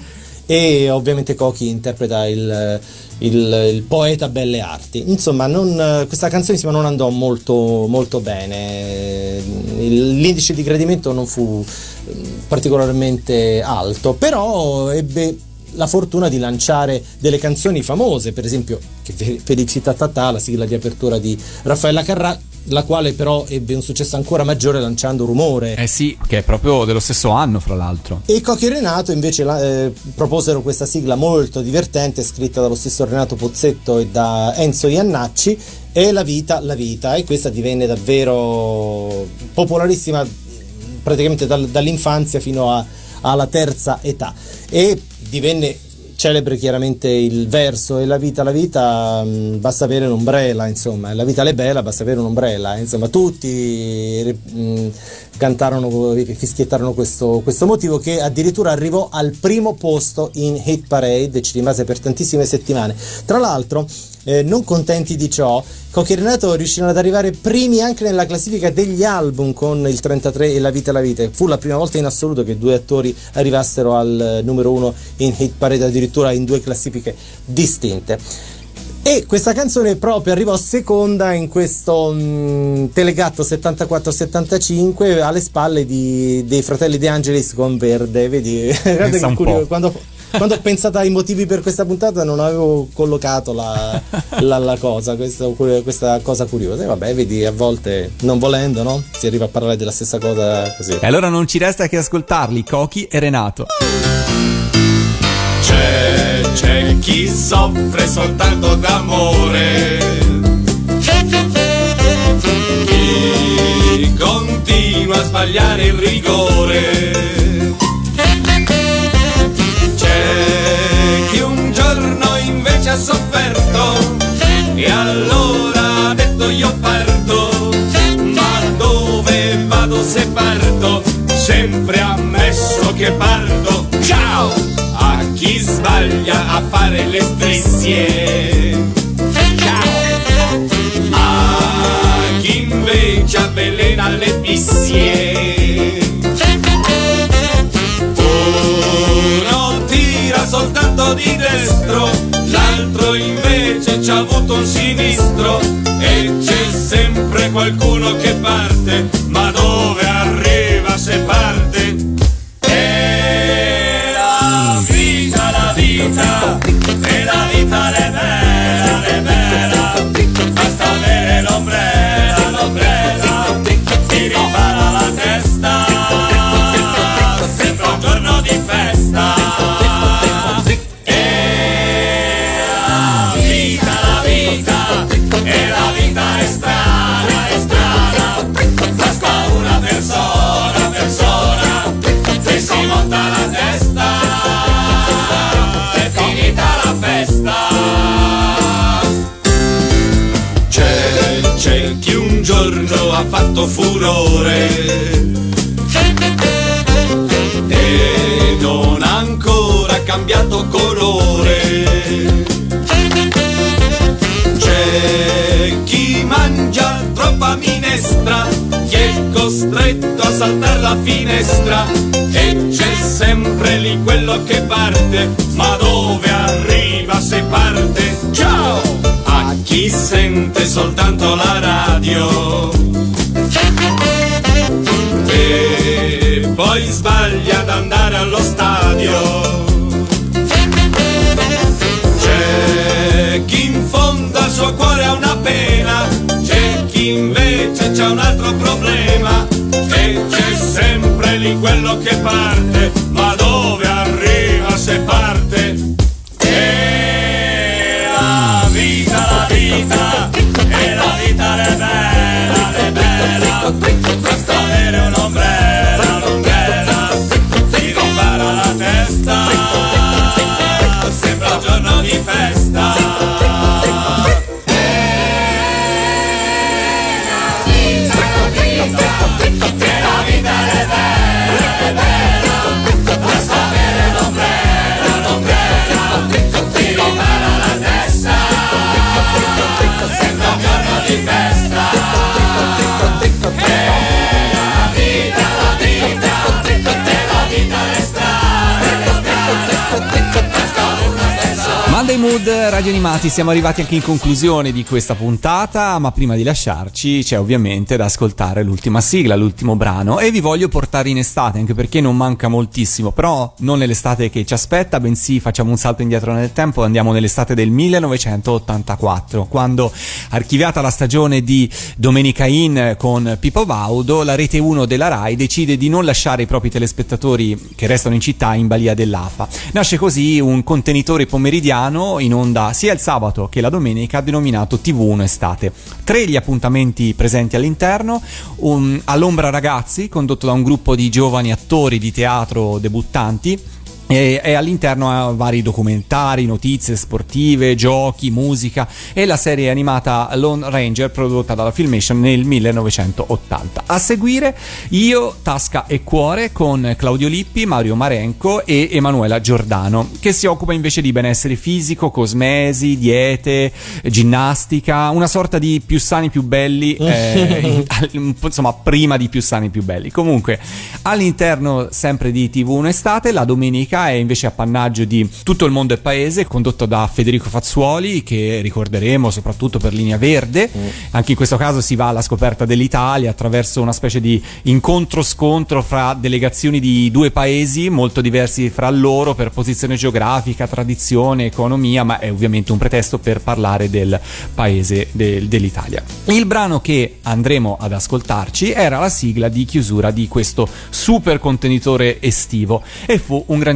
E ovviamente Cochi interpreta il, il, il poeta belle arti. Insomma, non, questa canzonissima non andò molto, molto bene, l'indice di gradimento non fu particolarmente alto, però ebbe la fortuna di lanciare delle canzoni famose, per esempio Felicità Tatà, la sigla di apertura di Raffaella Carrà, la quale però ebbe un successo ancora maggiore lanciando Rumore. Eh sì, che è proprio dello stesso anno, fra l'altro. E Cochi e Renato invece la, eh, proposero questa sigla molto divertente, scritta dallo stesso Renato Pozzetto e da Enzo Iannacci, E la vita, la vita, e questa divenne davvero popolarissima praticamente dal, dall'infanzia fino a, alla terza età, e divenne celebre chiaramente il verso E la vita, la vita, mh, basta avere un'ombrella, insomma, la vita è bella, basta avere un'ombrella, insomma, tutti mh, cantarono, fischiettarono questo, questo motivo, che addirittura arrivò al primo posto in Hit Parade e ci rimase per tantissime settimane. Tra l'altro, eh, non contenti di ciò, Cochi e Renato riuscirono ad arrivare primi anche nella classifica degli album con il trentatré e La vita, la vita. Fu la prima volta in assoluto che due attori arrivassero al numero uno in Hit Parade, addirittura in due classifiche distinte. E questa canzone proprio arrivò seconda in questo mh, Telegatto settantaquattro settantacinque, alle spalle di, dei fratelli De Angelis con Verde. Vedi, guarda che curioso, quando, quando ho pensato ai motivi per questa puntata non avevo collocato la, la, la cosa, questa, questa cosa curiosa. E vabbè, vedi, a volte non volendo, no? Si arriva a parlare della stessa cosa così. E allora non ci resta che ascoltarli, Cochi e Renato. C'è, c'è chi soffre soltanto d'amore sbagliare il rigore. C'è chi un giorno invece ha sofferto e allora ha detto io parto, ma dove vado se parto? Sempre ammesso che parto. Ciao! A chi sbaglia a fare le strisce. Ciao! A chi invece avvelena le pissie. Uno tira soltanto di destro, l'altro invece c'ha avuto un sinistro. E c'è sempre qualcuno che parte, ma dove arriva se parte? E la vita, la vita, e la vita è bella, è bella. Basta avere l'ombrella, l'ombrella, ti ripara la testa, sembra un giorno di festa. E la vita, la vita, e la vita è strana, è strana. Basta una persona, persona, che si monta la testa, è finita la festa. C'è, c'è chi un giorno ha fatto furore e non ha ancora cambiato colore. C'è chi mangia troppa minestra, chi è costretto a saltare la finestra. E c'è sempre lì quello che parte, ma dove arriva se parte? Ciao! A chi sente soltanto la radio e poi sbaglia ad andare allo stadio. C'è chi in fondo al suo cuore ha una pena, c'è chi invece c'ha un altro problema. E c'è sempre lì quello che parte, ma dove arriva se parte? E la vita, la vita, e la vita è bella, è bella. Basta avere un'ombrella, l'ombrella, ti ripara la testa, sembra un giorno di festa. Monday Mood, Radio Animati, siamo arrivati anche in conclusione di questa puntata, ma prima di lasciarci c'è ovviamente da ascoltare l'ultima sigla, l'ultimo brano, e vi voglio portare in estate, anche perché non manca moltissimo, però non nell'estate che ci aspetta, bensì facciamo un salto indietro nel tempo e andiamo nell'estate del millenovecentottantaquattro, quando, archiviata la stagione di Domenica In con Pippo Baudo, la Rete uno della Rai decide di non lasciare i propri telespettatori che restano in città in balia dell'A F A. Nasce così un contenitore pomeridiano in onda sia il sabato che la domenica, denominato T V uno Estate. Tre gli appuntamenti presenti all'interno: un, All'ombra ragazzi, condotto da un gruppo di giovani attori di teatro debuttanti, e, e all'interno vari documentari, notizie sportive, giochi, musica, e la serie animata Lone Ranger prodotta dalla Filmation nel millenovecentottanta. A seguire Io, Tasca e Cuore con Claudio Lippi, Mario Marenco e Emanuela Giordano, che si occupa invece di benessere fisico, cosmesi, diete, ginnastica, una sorta di Più sani più belli, eh, insomma prima di Più sani più belli. Comunque all'interno sempre di T V uno Estate, la domenica è invece appannaggio di Tutto il mondo è paese, condotto da Federico Fazzuoli, che ricorderemo soprattutto per Linea Verde. Mm. Anche in questo caso si va alla scoperta dell'Italia attraverso una specie di incontro-scontro fra delegazioni di due paesi molto diversi fra loro per posizione geografica, tradizione, economia, ma è ovviamente un pretesto per parlare del paese del, dell'Italia. Il brano che andremo ad ascoltarci era la sigla di chiusura di questo super contenitore estivo e fu un grandissimo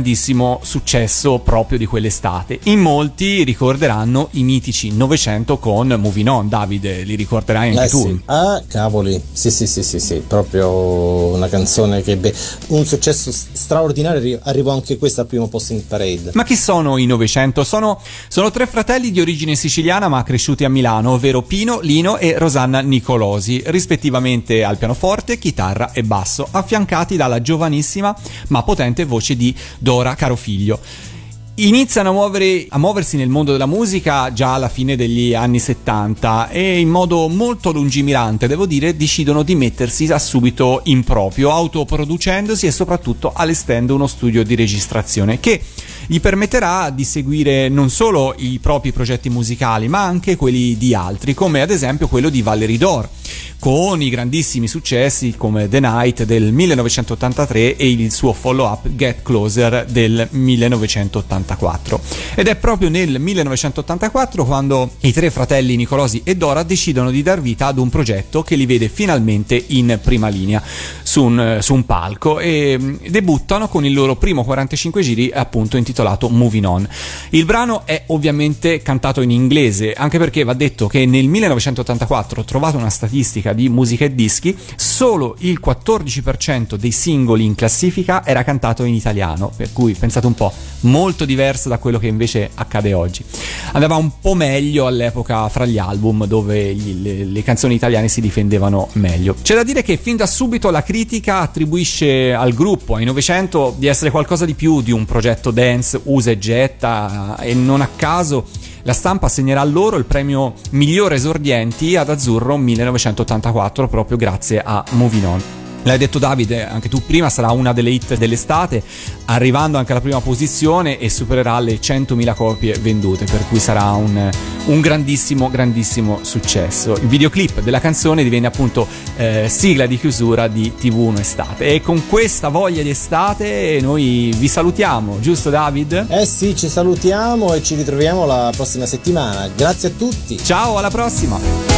grandissimo successo proprio di quell'estate. In molti ricorderanno i mitici Novecento con Moving On. Davide, li ricorderai anche eh tu? Sì. Ah, cavoli, sì sì sì sì sì, proprio una canzone che ebbe un successo straordinario, arrivò anche questa al primo posto in parade. Ma chi sono i Novecento? Sono, sono tre fratelli di origine siciliana ma cresciuti a Milano, ovvero Pino, Lino e Rosanna Nicolosi, rispettivamente al pianoforte, chitarra e basso, affiancati dalla giovanissima ma potente voce di Dora Carofiglio. Iniziano a, muovere, a muoversi nel mondo della musica già alla fine degli anni settanta e in modo molto lungimirante, devo dire, decidono di mettersi da subito in proprio, autoproducendosi e soprattutto allestendo uno studio di registrazione che gli permetterà di seguire non solo i propri progetti musicali ma anche quelli di altri, come ad esempio quello di Valerie Dore, con i grandissimi successi come The Night del millenovecentottantatré e il suo follow-up Get Closer del millenovecentottantaquattro. Ed è proprio nel millenovecentottantaquattro quando i tre fratelli Nicolosi e Dora decidono di dar vita ad un progetto che li vede finalmente in prima linea su un, su un palco e debuttano con il loro primo quarantacinque giri, appunto intitolato Moving On. Il brano è ovviamente cantato in inglese, anche perché va detto che nel millenovecentottantaquattro, ho trovato una statistica di musica e dischi, solo il quattordici per cento dei singoli in classifica era cantato in italiano, per cui pensate un po', molto diverso da quello che invece accade oggi. Andava un po' meglio all'epoca fra gli album, dove gli, le, le canzoni italiane si difendevano meglio. C'è da dire che fin da subito la critica attribuisce al gruppo, ai Novecento, di essere qualcosa di più di un progetto dance usa e getta, e non a caso la stampa assegnerà loro il premio migliore esordienti ad Azzurro millenovecentottantaquattro proprio grazie a Moving On. L'hai detto Davide, anche tu prima, sarà una delle hit dell'estate, arrivando anche alla prima posizione e supererà le centomila copie vendute, per cui sarà un, un grandissimo grandissimo successo. Il videoclip della canzone divenne appunto eh, sigla di chiusura di T V uno Estate, e con questa voglia di estate noi vi salutiamo, giusto David? Eh sì, ci salutiamo e ci ritroviamo la prossima settimana. Grazie a tutti. Ciao, alla prossima.